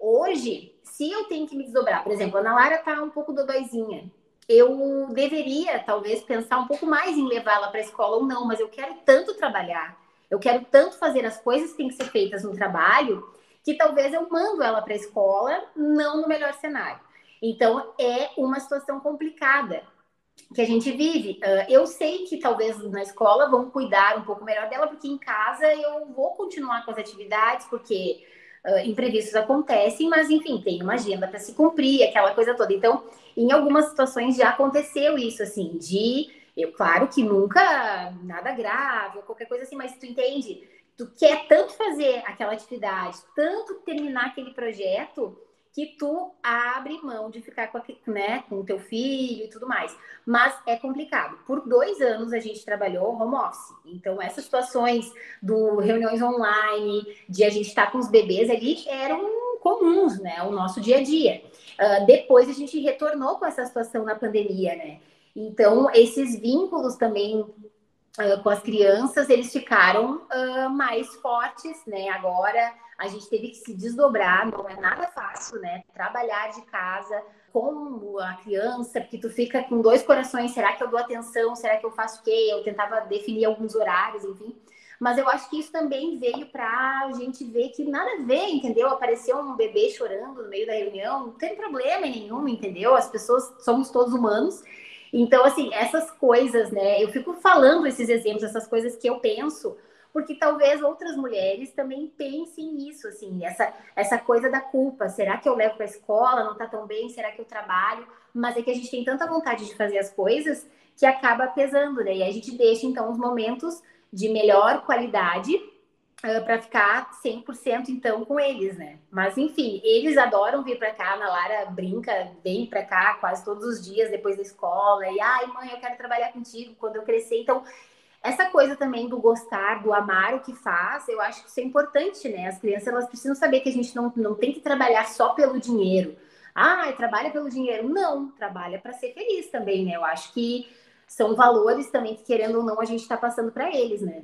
Hoje, se eu tenho que me desdobrar, por exemplo, a Ana Lara tá um pouco dodóizinha, eu deveria, talvez, pensar um pouco mais em levá-la para a escola ou não, mas eu quero tanto trabalhar, eu quero tanto fazer as coisas que têm que ser feitas no trabalho, que talvez eu mando ela para a escola, não no melhor cenário. Então, é uma situação complicada que a gente vive. Uh, eu sei que talvez na escola vão cuidar um pouco melhor dela, porque em casa eu vou continuar com as atividades, porque uh, imprevistos acontecem, mas enfim, tem uma agenda para se cumprir, aquela coisa toda. Então, em algumas situações já aconteceu isso, assim, de... Eu, claro que nunca nada grave ou qualquer coisa assim, mas tu entende? Tu quer tanto fazer aquela atividade, tanto terminar aquele projeto, que tu abre mão de ficar com, a, né, com o teu filho e tudo mais. Mas é complicado. Por dois anos a gente trabalhou home office. Então, essas situações do reuniões online, de a gente estar com os bebês ali, eram comuns, né? O nosso dia a dia. Uh, depois a gente retornou com essa situação na pandemia, né? Então, esses vínculos também Uh, com as crianças, eles ficaram uh, mais fortes, né? Agora a gente teve que se desdobrar, não é nada fácil, né? Trabalhar de casa com a criança, porque tu fica com dois corações, será que eu dou atenção? Será que eu faço o quê? Eu tentava definir alguns horários, enfim. Mas eu acho que isso também veio para a gente ver que nada a ver, entendeu? Apareceu um bebê chorando no meio da reunião, não tem problema nenhum, entendeu? As pessoas, somos todos humanos. Então, assim, essas coisas, né? Eu fico falando esses exemplos, essas coisas que eu penso, porque talvez outras mulheres também pensem nisso, assim, essa, essa coisa da culpa. Será que eu levo para a escola? Não tá tão bem? Será que eu trabalho? Mas é que a gente tem tanta vontade de fazer as coisas que acaba pesando, né? E a gente deixa, então, os momentos de melhor qualidade Uh, para ficar cem por cento então com eles, né? Mas enfim, eles adoram vir para cá. A Ana Lara brinca, vem para cá quase todos os dias depois da escola. E ai, mãe, eu quero trabalhar contigo quando eu crescer. Então, essa coisa também do gostar, do amar o que faz, eu acho que isso é importante, né? As crianças, elas precisam saber que a gente não, não tem que trabalhar só pelo dinheiro. Ah, trabalha pelo dinheiro. Não, trabalha para ser feliz também, né? Eu acho que são valores também que, querendo ou não, a gente está passando para eles, né?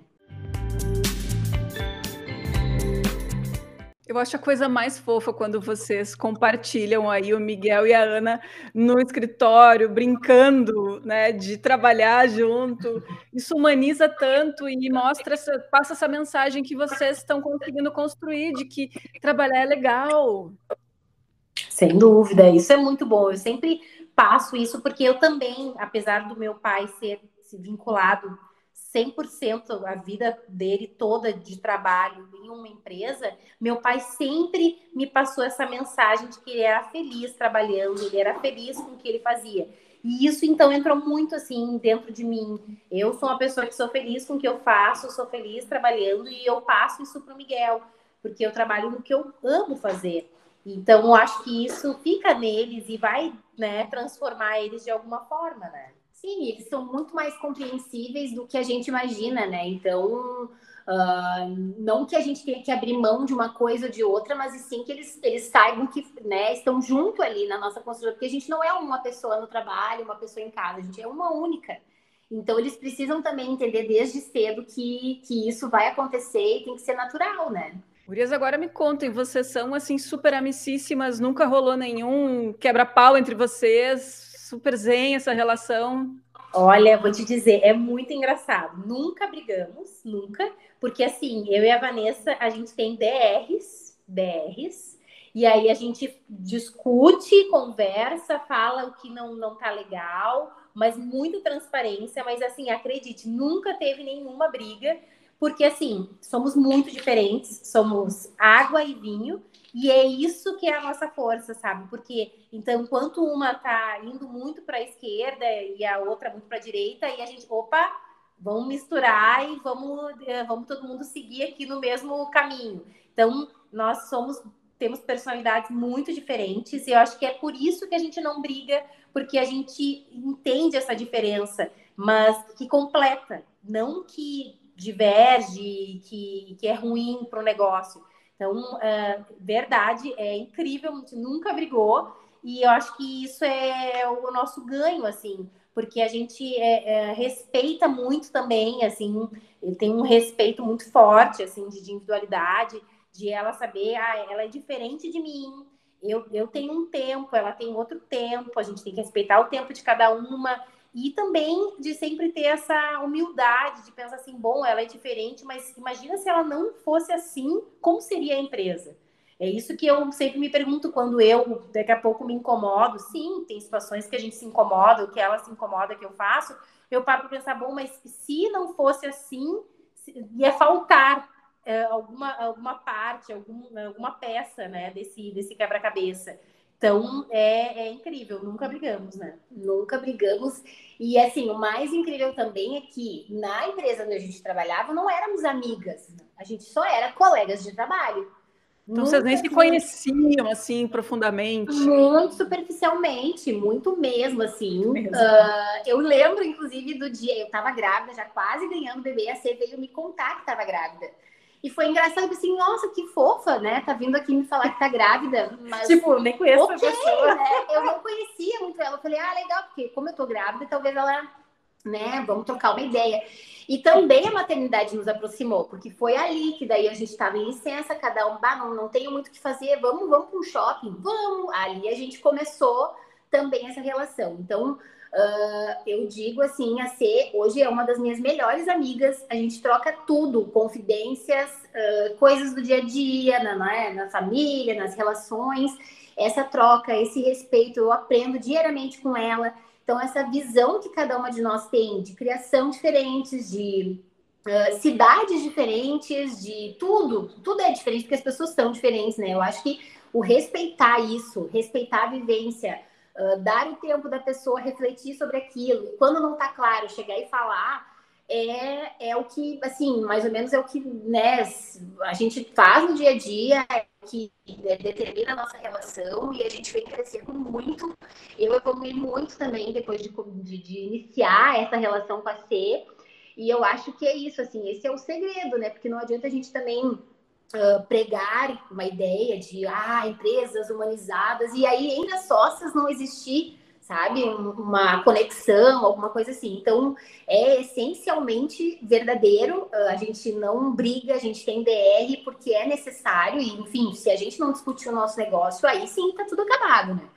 Eu acho a coisa mais fofa quando vocês compartilham aí o Miguel e a Ana no escritório, brincando, né, de trabalhar junto. Isso humaniza tanto e mostra, essa, passa essa mensagem que vocês estão conseguindo construir, de que trabalhar é legal. Sem dúvida, isso é muito bom. Eu sempre passo isso porque eu também, apesar do meu pai ser se vinculado cem por cento a vida dele toda de trabalho em uma empresa, meu pai sempre me passou essa mensagem de que ele era feliz trabalhando, ele era feliz com o que ele fazia. E isso, então, entrou muito, assim, dentro de mim. Eu sou uma pessoa que sou feliz com o que eu faço, sou feliz trabalhando e eu passo isso para o Miguel, porque eu trabalho no que eu amo fazer. Então, eu acho que isso fica neles e vai, né, transformar eles de alguma forma, né? Sim, eles são muito mais compreensíveis do que a gente imagina, né? Então, uh, não que a gente tenha que abrir mão de uma coisa ou de outra, mas sim que eles, eles saibam que, né, estão junto ali na nossa construção, porque a gente não é uma pessoa no trabalho, uma pessoa em casa, a gente é uma única. Então, eles precisam também entender desde cedo que, que isso vai acontecer e tem que ser natural, né? Gurias, agora me contem, vocês são, assim, super amicíssimas, nunca rolou nenhum quebra-pau entre vocês? Super zen essa relação? Olha, vou te dizer, é muito engraçado. Nunca brigamos, nunca, porque assim, eu e a Vanessa, a gente tem D Rs, D Rs, e aí a gente discute, conversa, fala o que não, não tá legal, mas muita transparência, mas assim, acredite, nunca teve nenhuma briga, porque assim, somos muito diferentes, somos água e vinho, e é isso que é a nossa força, sabe? Porque, então, enquanto uma tá indo muito para a esquerda e a outra muito para a direita, e a gente, opa, vamos misturar e vamos, vamos todo mundo seguir aqui no mesmo caminho. Então, nós somos, temos personalidades muito diferentes, e eu acho que é por isso que a gente não briga, porque a gente entende essa diferença, mas que completa, não que diverge, que, que é ruim para o negócio. Então, uh, verdade, é incrível, a gente nunca brigou, e eu acho que isso é o nosso ganho, assim, porque a gente é, é, respeita muito também, assim, ele tem um respeito muito forte, assim, de, de individualidade, de ela saber, ah, ela é diferente de mim, eu, eu tenho um tempo, ela tem outro tempo, a gente tem que respeitar o tempo de cada uma, e também de sempre ter essa humildade de pensar assim, bom, ela é diferente, mas imagina se ela não fosse assim, como seria a empresa? É isso que eu sempre me pergunto quando eu, daqui a pouco, me incomodo. Sim, tem situações que a gente se incomoda, o que ela se incomoda que eu faço. Eu paro para pensar, bom, mas se não fosse assim, ia faltar é, alguma, alguma parte, algum, alguma peça, né, desse, desse quebra-cabeça. Então, é, é incrível, nunca brigamos, né? Nunca brigamos. E, assim, o mais incrível também é que na empresa onde a gente trabalhava, não éramos amigas. A gente só era colegas de trabalho. Então, vocês nem se conheciam, assim, profundamente? Muito superficialmente, muito mesmo, assim. Mesmo. Uh, eu lembro, inclusive, do dia... Eu tava grávida, já quase ganhando bebê. A C veio me contar que tava grávida. E foi engraçado, assim, nossa, que fofa, né? Tá vindo aqui me falar que tá grávida. Mas, tipo, nem conheço okay, a pessoa. Né? Eu não conhecia muito ela. Eu falei, ah, legal, porque como eu tô grávida, talvez ela, né, vamos trocar uma ideia. E também a maternidade nos aproximou, porque foi ali que daí a gente tava em licença, cada um, bah, não, não tenho muito o que fazer, vamos, vamos para um shopping, vamos. Ali a gente começou também essa relação. Então, Uh, eu digo assim, a C hoje é uma das minhas melhores amigas, a gente troca tudo, confidências, uh, coisas do dia a dia, na, na, na família, nas relações, essa troca, esse respeito, eu aprendo diariamente com ela. Então, essa visão que cada uma de nós tem, de criação diferentes, de uh, cidades diferentes, de tudo, tudo é diferente, porque as pessoas são diferentes, né? Eu acho que o respeitar isso, respeitar a vivência, Uh, dar o tempo da pessoa refletir sobre aquilo, e quando não tá claro, chegar e falar, é, é o que, assim, mais ou menos é o que, né, a gente faz no dia a dia, é o que determina a nossa relação, e a gente vem crescendo muito. Eu evolui muito também depois de, de, de iniciar essa relação com a C, e eu acho que é isso, assim, esse é o segredo, né, porque não adianta a gente também Uh, pregar uma ideia de ah, empresas humanizadas e aí ainda sócias não existir, sabe, um, uma conexão, alguma coisa assim. Então é essencialmente verdadeiro, uh, a gente não briga, a gente tem D R porque é necessário e, enfim, se a gente não discutir o nosso negócio, aí sim tá tudo acabado, né?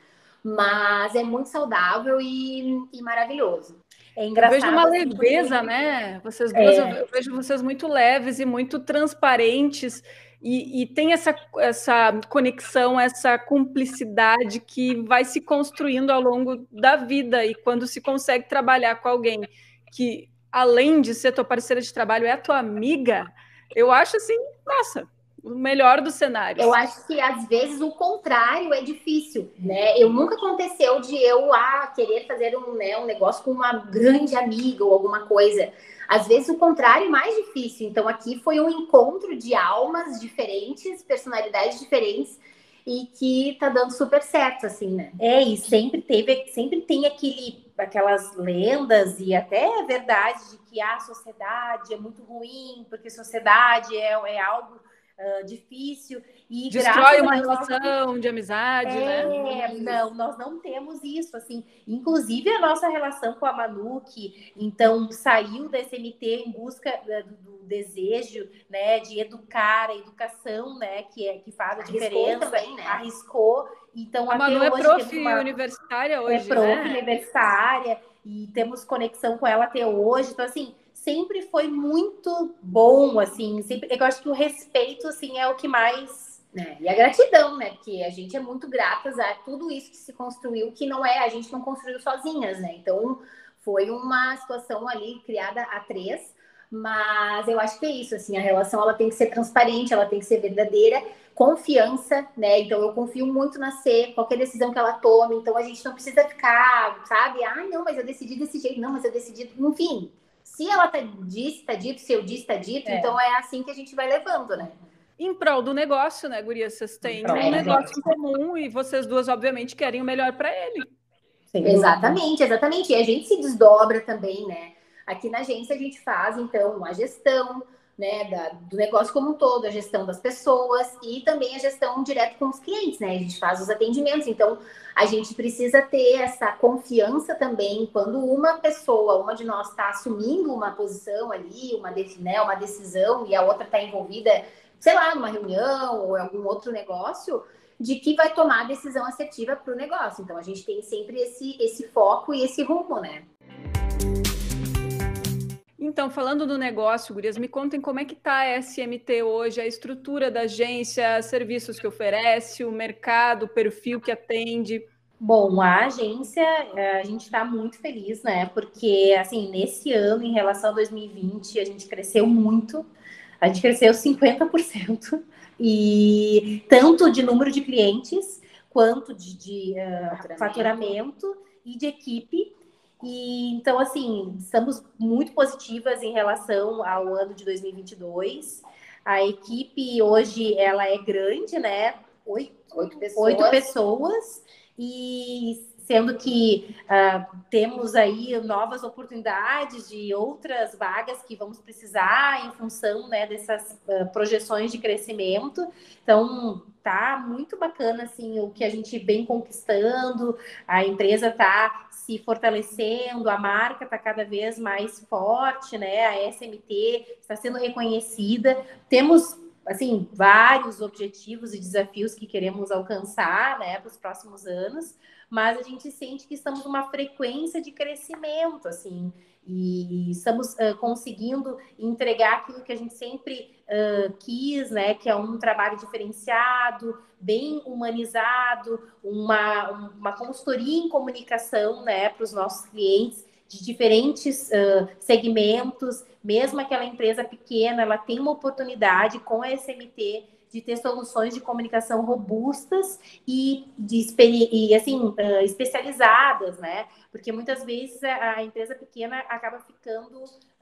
Mas é muito saudável e, e maravilhoso. É engraçado. Eu vejo uma leveza, assim, né? Vocês duas, é. eu vejo vocês muito leves e muito transparentes, e, e tem essa, essa conexão, essa cumplicidade que vai se construindo ao longo da vida, e quando se consegue trabalhar com alguém que, além de ser tua parceira de trabalho, é a tua amiga, eu acho assim, nossa, o melhor dos cenários. Eu acho que, às vezes, o contrário é difícil, né? Eu nunca aconteceu de eu ah, querer fazer um, né, um negócio com uma grande amiga ou alguma coisa. Às vezes, o contrário é mais difícil. Então, aqui foi um encontro de almas diferentes, personalidades diferentes, e que tá dando super certo, assim, né? É, e sempre teve, sempre tem aquele, aquelas lendas e até verdade de que a sociedade é muito ruim, porque sociedade é, é algo... Uh, difícil e destrói uma relação de amizade, é, né? Não, nós não temos isso, assim. Inclusive a nossa relação com a Manu, que então saiu da S M T em busca do, do desejo, né, de educar, a educação, né, que é que faz a arriscou diferença, também, né? Arriscou. Então a até Manu hoje é prof uma... universitária hoje, é prof né? universitária. e temos conexão com ela até hoje. Então, assim, sempre foi muito bom, assim, sempre, eu acho que o respeito, assim, é o que mais... É, e a gratidão, né? Porque a gente é muito gratas a tudo isso que se construiu, que não é, a gente não construiu sozinhas, né? Então, foi uma situação ali criada a três, mas eu acho que é isso, assim, a relação ela tem que ser transparente, ela tem que ser verdadeira, confiança, né? Então, eu confio muito na C, qualquer decisão que ela tome, então a gente não precisa ficar, sabe? Ah, não, mas eu decidi desse jeito, não, mas eu decidi, enfim. Se ela tá, disse, tá dito, se eu disse, tá dito, é. Então é assim que a gente vai levando, né? Em prol do negócio, né, Guria? Vocês têm um negócio em comum e vocês duas, obviamente, querem o melhor para ele. Sim, exatamente, exatamente. E a gente se desdobra também, né? Aqui na agência a gente faz, então, a gestão, né, da, do negócio como um todo, a gestão das pessoas e também a gestão direto com os clientes, né? A gente faz os atendimentos. Então, a gente precisa ter essa confiança também quando uma pessoa, uma de nós está assumindo uma posição ali, uma, né, uma decisão e a outra está envolvida, sei lá, numa reunião ou em algum outro negócio, de que vai tomar a decisão assertiva para o negócio. Então, a gente tem sempre esse, esse foco e esse rumo, né? Então, falando do negócio, Gurias, me contem como é que está a S M T hoje, a estrutura da agência, serviços que oferece, o mercado, o perfil que atende. Bom, a agência, a gente está muito feliz, né? Porque, assim, nesse ano, em relação a dois mil e vinte, a gente cresceu muito. A gente cresceu cinquenta por cento. E tanto de número de clientes, quanto de, de uh, faturamento. faturamento e de equipe. E, então, assim, estamos muito positivas em relação ao ano de dois mil e vinte e dois. A equipe hoje, ela é grande, né? Oito, oito pessoas. Oito pessoas. E sendo que uh, temos aí novas oportunidades de outras vagas que vamos precisar em função, né, dessas uh, projeções de crescimento. Então, tá muito bacana, assim, o que a gente vem conquistando, a empresa tá se fortalecendo, a marca tá cada vez mais forte, né, a S M T está sendo reconhecida. Temos, assim, vários objetivos e desafios que queremos alcançar, né, para os próximos anos, mas a gente sente que estamos numa frequência de crescimento, assim, e estamos uh, conseguindo entregar aquilo que a gente sempre uh, quis, né, que é um trabalho diferenciado, bem humanizado, uma, uma consultoria em comunicação, né, para os nossos clientes de diferentes uh, segmentos. Mesmo aquela empresa pequena, ela tem uma oportunidade com a S M T de ter soluções de comunicação robustas e, de, e assim, uh, especializadas, né? Porque muitas vezes a, a empresa pequena acaba ficando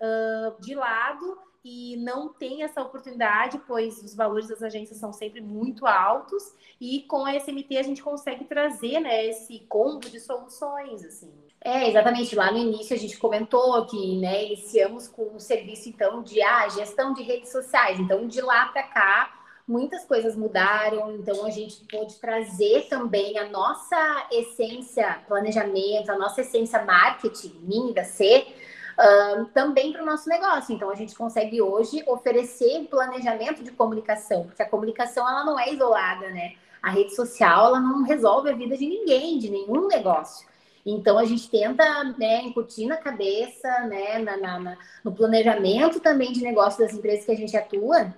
uh, de lado e não tem essa oportunidade, pois os valores das agências são sempre muito altos, e com a S M T a gente consegue trazer, né, esse combo de soluções, assim. É, exatamente. Lá no início a gente comentou que, né, iniciamos com um serviço, então, de ah, gestão de redes sociais. Então, de lá para cá, muitas coisas mudaram. Então, a gente pôde trazer também a nossa essência planejamento, a nossa essência marketing, minha e da C, uh, também para o nosso negócio. Então, a gente consegue hoje oferecer planejamento de comunicação, porque a comunicação, ela não é isolada, né? A rede social, ela não resolve a vida de ninguém, de nenhum negócio. Então, a gente tenta, né, incutir na cabeça, né, na, na, na, no planejamento também de negócio das empresas que a gente atua,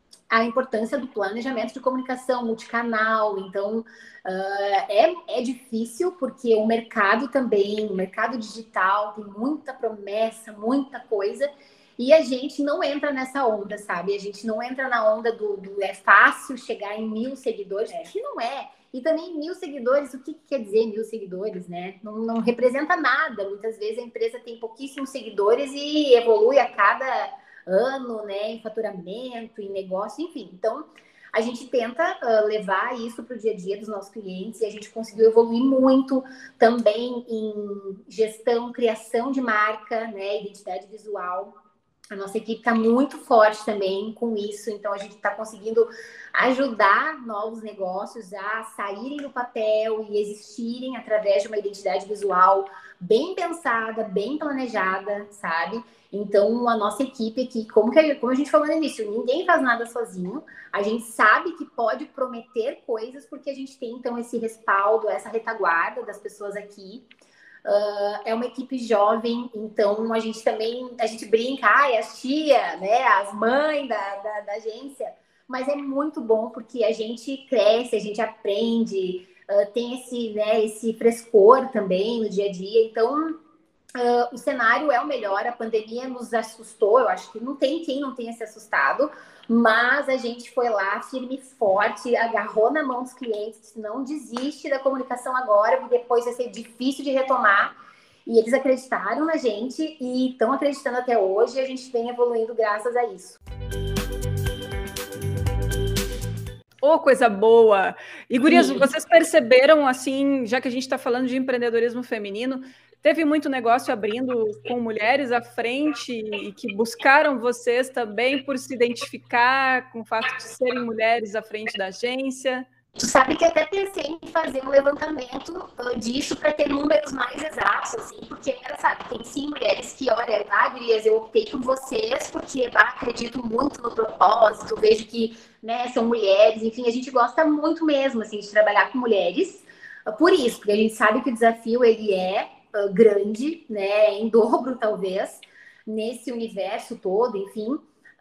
a importância do planejamento de comunicação multicanal. Então, uh, é, é difícil, porque o mercado também, o mercado digital tem muita promessa, muita coisa, e a gente não entra nessa onda, sabe? A gente não entra na onda do, do é fácil chegar em mil seguidores, é. que não é. E também mil seguidores, o que, que quer dizer mil seguidores, né? Não, não representa nada. Muitas vezes a empresa tem pouquíssimos seguidores e evolui a cada ano, né? Em faturamento, em negócio, enfim. Então, a gente tenta uh, levar isso para o dia a dia dos nossos clientes, e a gente conseguiu evoluir muito também em gestão, criação de marca, né? Identidade visual. A nossa equipe está muito forte também com isso, então a gente está conseguindo ajudar novos negócios a saírem do papel e existirem através de uma identidade visual bem pensada, bem planejada, sabe? Então, a nossa equipe aqui, como, que a, como a gente falou no início, ninguém faz nada sozinho, a gente sabe que pode prometer coisas porque a gente tem, então, esse respaldo, essa retaguarda das pessoas aqui. Uh, é uma equipe jovem, então a gente também, a gente brinca, ai, as tia, né, as mães da, da, da agência, mas é muito bom porque a gente cresce, a gente aprende, uh, tem esse, né, esse frescor também no dia a dia, então uh, o cenário é o melhor, a pandemia nos assustou, eu acho que não tem quem não tenha se assustado, mas a gente foi lá firme e forte, agarrou na mão dos clientes, não desiste da comunicação agora, porque depois vai ser difícil de retomar. E eles acreditaram na gente e estão acreditando até hoje, e a gente vem evoluindo graças a isso. Ô, oh, coisa boa! E, gurias, Sim. vocês perceberam, assim, já que a gente está falando de empreendedorismo feminino, teve muito negócio abrindo com mulheres à frente e que buscaram vocês também por se identificar com o fato de serem mulheres à frente da agência? Tu sabe que até pensei em fazer um levantamento disso para ter números mais exatos, assim, porque, sabe, tem sim mulheres que, olha, ah, gurias, eu optei por vocês porque bah, acredito muito no propósito, vejo que, né, são mulheres, enfim, a gente gosta muito mesmo, assim, de trabalhar com mulheres, por isso, porque a gente sabe que o desafio, ele é uh, grande, né, em dobro, talvez, nesse universo todo, enfim,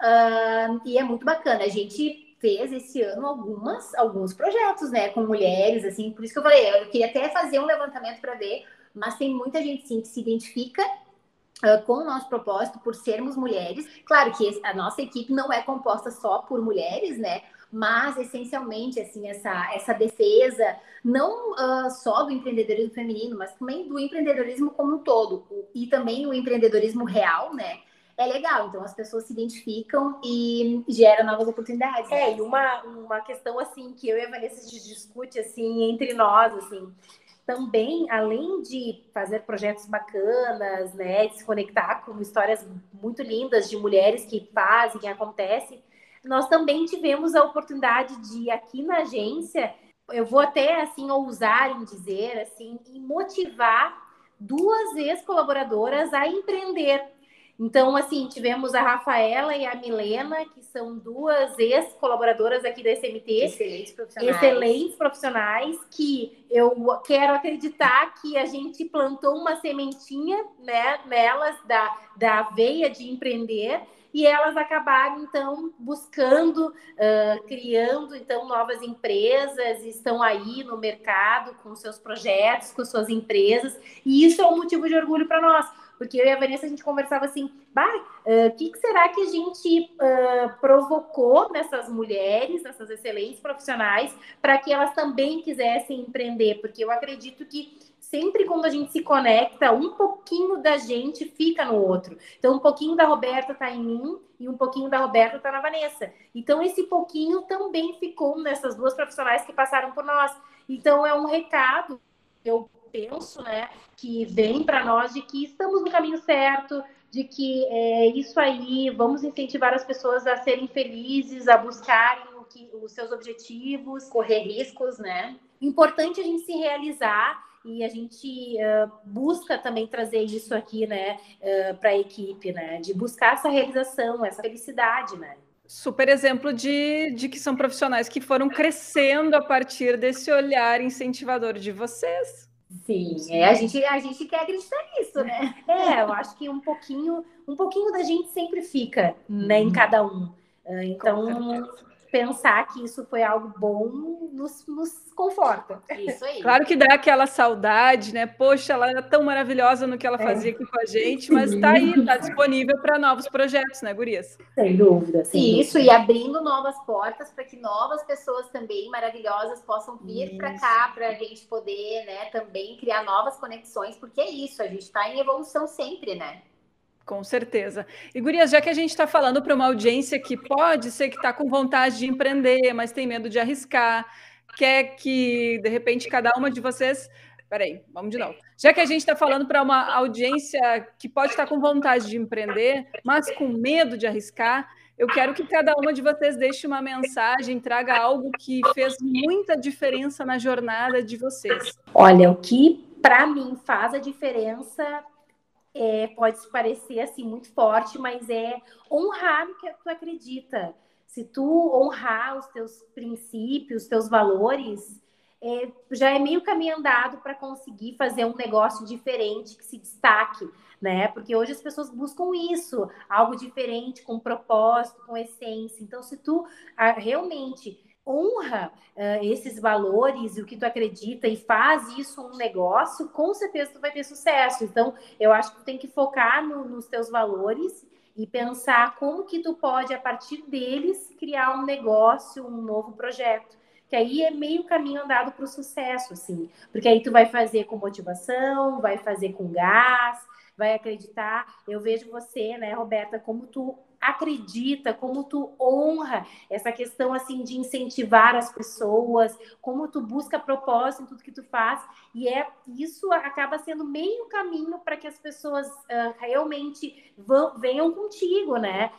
uh, e é muito bacana, a gente fez esse ano algumas, alguns projetos, né, com mulheres, assim, por isso que eu falei, eu queria até fazer um levantamento para ver, mas tem muita gente, sim, que se identifica uh, com o nosso propósito por sermos mulheres. Claro que a nossa equipe não é composta só por mulheres, né, mas essencialmente, assim, essa, essa defesa, não uh, só do empreendedorismo feminino, mas também do empreendedorismo como um todo, e também o empreendedorismo real, né, é legal, então as pessoas se identificam e geram novas oportunidades. É, e uma, uma questão assim que eu e a Vanessa a gente discute assim entre nós, assim, também, além de fazer projetos bacanas, né, de se conectar com histórias muito lindas de mulheres que fazem, que acontecem, nós também tivemos a oportunidade de, aqui na agência, eu vou até assim ousar em dizer, assim, em motivar duas ex-colaboradoras a empreender. Então, assim, tivemos a Rafaela e a Milena, que são duas ex-colaboradoras aqui da S M T. Excelentes profissionais. Excelentes profissionais, que eu quero acreditar que a gente plantou uma sementinha, né, nelas, da, da veia de empreender, e elas acabaram, então, buscando, uh, criando, então, novas empresas, estão aí no mercado com seus projetos, com suas empresas, e isso é um motivo de orgulho para nós. Porque eu e a Vanessa, a gente conversava assim, bah, o uh, que, que será que a gente uh, provocou nessas mulheres, nessas excelentes profissionais, para que elas também quisessem empreender? Porque eu acredito que sempre quando a gente se conecta, um pouquinho da gente fica no outro. Então, um pouquinho da Roberta está em mim e um pouquinho da Roberta está na Vanessa. Então, esse pouquinho também ficou nessas duas profissionais que passaram por nós. Então, é um recado, eu penso, né, que vem para nós de que estamos no caminho certo, de que é isso aí, vamos incentivar as pessoas a serem felizes, a buscarem o que, os seus objetivos, correr riscos, né? Importante a gente se realizar e a gente uh, busca também trazer isso aqui, né, uh, para a equipe, né, de buscar essa realização, essa felicidade, né? Super exemplo de, de que são profissionais que foram crescendo a partir desse olhar incentivador de vocês. Sim, é, a, gente, a gente quer acreditar nisso, né? É, eu acho que um pouquinho, um pouquinho da gente sempre fica, né, em cada um. Então, pensar que isso foi algo bom nos, nos conforta. Isso aí. Claro que dá aquela saudade, né? Poxa, ela era tão maravilhosa no que ela fazia é. aqui com a gente, mas está aí, está disponível para novos projetos, né, gurias? Sem dúvida. Sem isso, dúvida. E abrindo novas portas para que novas pessoas também maravilhosas possam vir para cá, para a gente poder, né, também criar novas conexões, porque é isso, a gente está em evolução sempre, né? Com certeza. E, gurias, já que a gente está falando para uma audiência que pode ser que está com vontade de empreender, mas tem medo de arriscar, quer que, de repente, cada uma de vocês... Peraí, vamos de novo. Já que a gente está falando para uma audiência que pode estar com vontade de empreender, mas com medo de arriscar, eu quero que cada uma de vocês deixe uma mensagem, traga algo que fez muita diferença na jornada de vocês. Olha, o que, para mim, faz a diferença... É, pode se parecer assim muito forte, mas é honrar o que tu acredita. Se tu honrar os teus princípios, os teus valores, é, já é meio caminho andado para conseguir fazer um negócio diferente que se destaque, né? Porque hoje as pessoas buscam isso, algo diferente, com propósito, com essência. Então, se tu ah, realmente honra uh, esses valores e o que tu acredita e faz isso um negócio, com certeza tu vai ter sucesso. Então, eu acho que tu tem que focar no, nos teus valores e pensar como que tu pode, a partir deles, criar um negócio, um novo projeto. Que aí é meio caminho andado para o sucesso, assim. Porque aí tu vai fazer com motivação, vai fazer com gás, vai acreditar. Eu vejo você, né, Roberta, como tu acredita, como tu honra essa questão, assim, de incentivar as pessoas, como tu busca propósito em tudo que tu faz. E é, isso acaba sendo meio caminho para que as pessoas uh, realmente vão, venham contigo, né?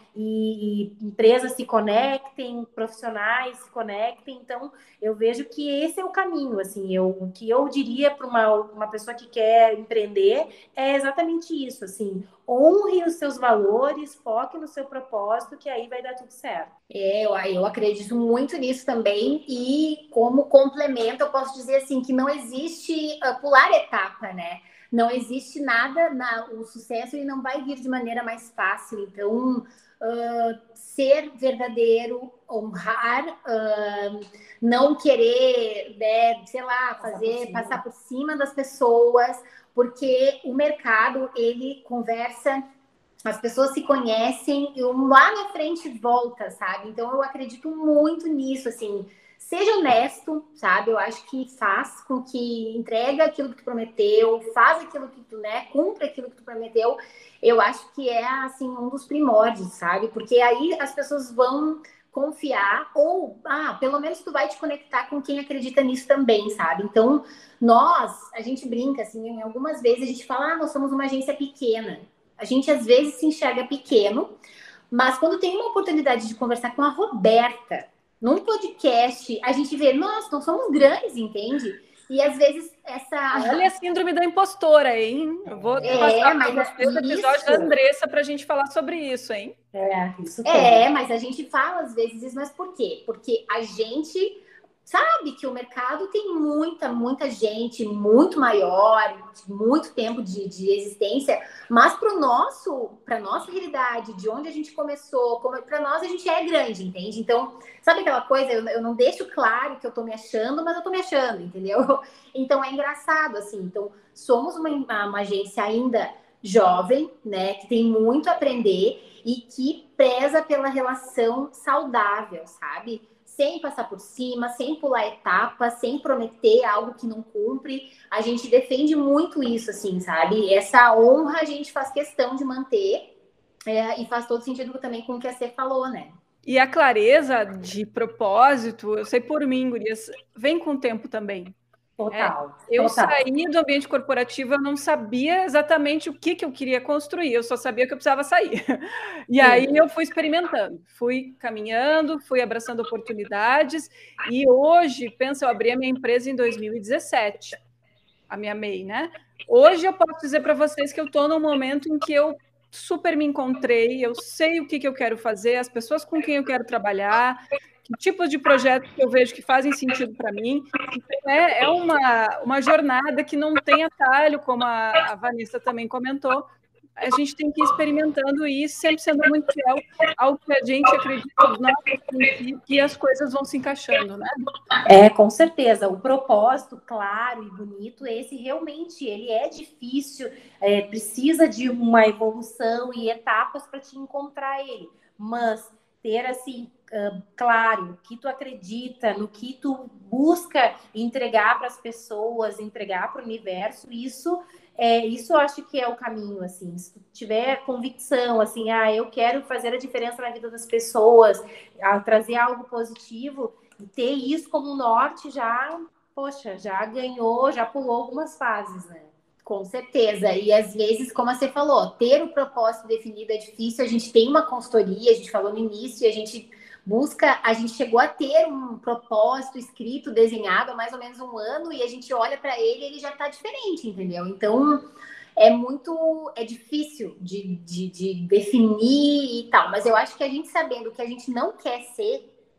E, e empresas se conectem, profissionais se conectem. Então, eu vejo que esse é o caminho, assim. Eu, o que eu diria para uma, uma pessoa que quer empreender é exatamente isso, assim. Honre os seus valores, foque no seu propósito, que aí vai dar tudo certo. É, eu, eu acredito muito nisso também, e como complemento, eu posso dizer assim que não existe uh, pular etapa, né? Não existe nada, na, o sucesso ele não vai vir de maneira mais fácil. Então, uh, ser verdadeiro, honrar, uh, não querer, né, sei lá, fazer, passar por, passar por cima das pessoas, porque o mercado, ele conversa, as pessoas se conhecem e um lá na frente volta, sabe? Então eu acredito muito nisso, assim. Seja honesto, sabe? Eu acho que faz com que entrega aquilo que tu prometeu, faz aquilo que tu, né, cumpre aquilo que tu prometeu. Eu acho que é, assim, um dos primórdios, sabe? Porque aí as pessoas vão confiar, ou, ah, pelo menos tu vai te conectar com quem acredita nisso também, sabe? Então, nós, a gente brinca, assim, algumas vezes a gente fala, ah, nós somos uma agência pequena. A gente, às vezes, se enxerga pequeno, mas quando tem uma oportunidade de conversar com a Roberta, num podcast, a gente vê, nossa, nós somos grandes, entende? E, às vezes, essa... Olha a síndrome da impostora, hein? Eu vou é, passar mas para você o episódio isso... da Andressa para a gente falar sobre isso, hein? É, isso é, mas a gente fala, às vezes, isso, mas por quê? Porque a gente... sabe que o mercado tem muita, muita gente, muito maior, muito tempo de, de existência, mas para o nosso, para nossa realidade, de onde a gente começou, para nós a gente é grande, entende? Então, sabe aquela coisa, eu, eu não deixo claro que eu tô me achando, mas eu tô me achando, entendeu? Então é engraçado, assim. Então, somos uma, uma agência ainda jovem, né, que tem muito a aprender e que preza pela relação saudável, sabe? Sem passar por cima, sem pular etapas, sem prometer algo que não cumpre. A gente defende muito isso, assim, sabe? Essa honra a gente faz questão de manter, é, e faz todo sentido também com o que a Cê falou, né? E a clareza de propósito, eu sei por mim, gurias, vem com o tempo também. Total. É, eu total. saí do ambiente corporativo, eu não sabia exatamente o que, que eu queria construir, eu só sabia que eu precisava sair. E Sim. aí eu fui experimentando, fui caminhando, fui abraçando oportunidades, e hoje, pensa, eu abri a minha empresa em dois mil e dezessete, a minha M E I, né? Hoje eu posso dizer para vocês que eu estou num momento em que eu super me encontrei, eu sei o que, que eu quero fazer, as pessoas com quem eu quero trabalhar, que tipos de projetos que eu vejo que fazem sentido para mim. Então, é, é uma, uma jornada que não tem atalho, como a, a Vanessa também comentou. A gente tem que ir experimentando e sempre sendo muito fiel ao que a gente acredita nos nossos princípios, e as coisas vão se encaixando, né? É, com certeza. O propósito claro e bonito, esse realmente, ele é difícil, é, precisa de uma evolução e etapas para te encontrar ele. Mas ter, assim, uh, claro, o que tu acredita, no que tu busca entregar para as pessoas, entregar para o universo, isso... É, isso eu acho que é o caminho, assim, se tu tiver convicção, assim, ah, eu quero fazer a diferença na vida das pessoas, a trazer algo positivo, e ter isso como norte já, poxa, já ganhou, já pulou algumas fases, né? Com certeza, e às vezes, como você falou, ter o propósito definido é difícil. A gente tem uma consultoria, a gente falou no início, a gente busca, a gente chegou a ter um propósito escrito, desenhado há mais ou menos um ano, e a gente olha para ele e ele já está diferente, entendeu? Então, é muito, é difícil de, de, de definir e tal, mas eu acho que a gente sabendo o que a gente não quer ser,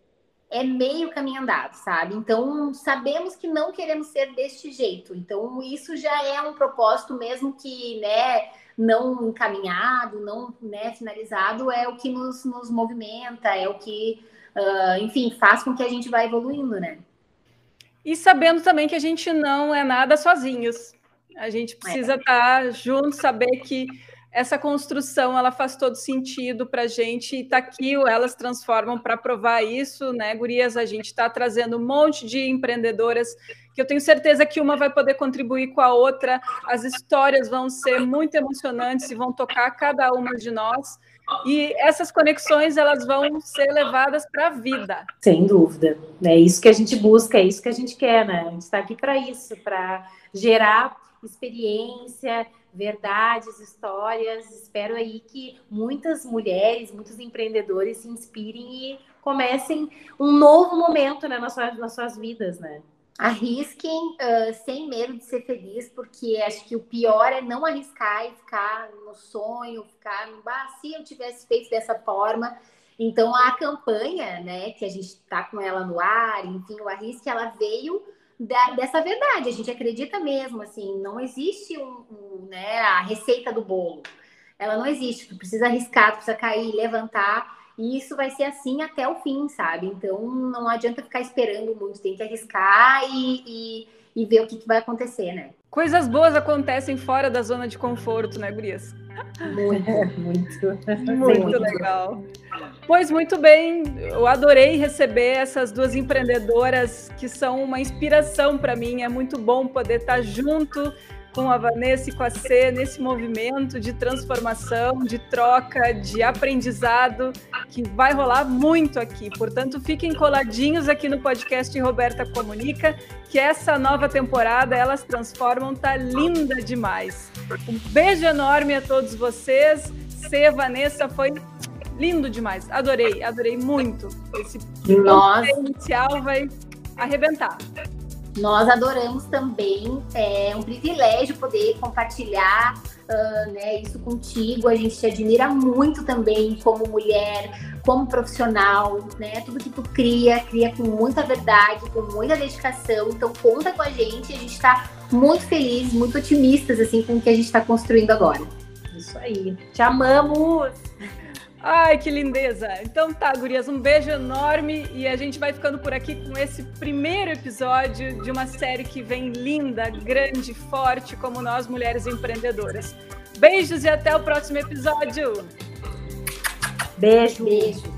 é meio caminho andado, sabe? Então, sabemos que não queremos ser deste jeito. Então, isso já é um propósito mesmo que, né, não encaminhado, não, né, finalizado, é o que nos, nos movimenta, é o que, uh, enfim, faz com que a gente vá evoluindo, né? E sabendo também que a gente não é nada sozinhos. A gente precisa estar é. junto, saber que essa construção, ela faz todo sentido para a gente, e tá aqui o Elas Transformam para provar isso, né, gurias? A gente está trazendo um monte de empreendedoras, que eu tenho certeza que uma vai poder contribuir com a outra, as histórias vão ser muito emocionantes e vão tocar cada uma de nós, e essas conexões, elas vão ser levadas para a vida. Sem dúvida, é isso que a gente busca, é isso que a gente quer, né? A gente está aqui para isso, para gerar experiência, verdades, histórias. Espero aí que muitas mulheres, muitos empreendedores se inspirem e comecem um novo momento, né, nas suas, nas suas vidas, né? Arrisquem uh, sem medo de ser feliz, porque acho que o pior é não arriscar e ficar no sonho, ficar no ah, se eu tivesse feito dessa forma. Então a campanha, né, que a gente está com ela no ar, enfim, o Arrisque, ela veio Da, dessa verdade, a gente acredita mesmo, assim, não existe um, um, né, a receita do bolo, ela não existe, tu precisa arriscar, tu precisa cair, levantar, e isso vai ser assim até o fim, sabe? Então não adianta ficar esperando muito, tem que arriscar e, e, e ver o que, que vai acontecer, né? Coisas boas acontecem fora da zona de conforto, né, gurias? Muito, muito. Muito legal. Pois muito bem, eu adorei receber essas duas empreendedoras que são uma inspiração para mim. É muito bom poder estar junto com a Vanessa e com a Cê nesse movimento de transformação, de troca, de aprendizado, que vai rolar muito aqui. Portanto, fiquem coladinhos aqui no podcast Roberta Comunica, que essa nova temporada, Elas Transformam, tá linda demais. Um beijo enorme a todos vocês. Cê, Vanessa, foi lindo demais. Adorei, adorei muito. Esse Nós... inicial vai arrebentar. Nós adoramos também, é um privilégio poder compartilhar uh, né, isso contigo. A gente te admira muito também como mulher, como profissional, né? Tudo que tu cria, cria com muita verdade, com muita dedicação. Então conta com a gente, a gente está muito feliz, muito otimistas assim, com o que a gente está construindo agora. Isso aí, te amamos! Ai, que lindeza! Então tá, gurias, um beijo enorme e a gente vai ficando por aqui com esse primeiro episódio de uma série que vem linda, grande, forte, como nós, mulheres empreendedoras. Beijos e até o próximo episódio! Beijo! Beijo!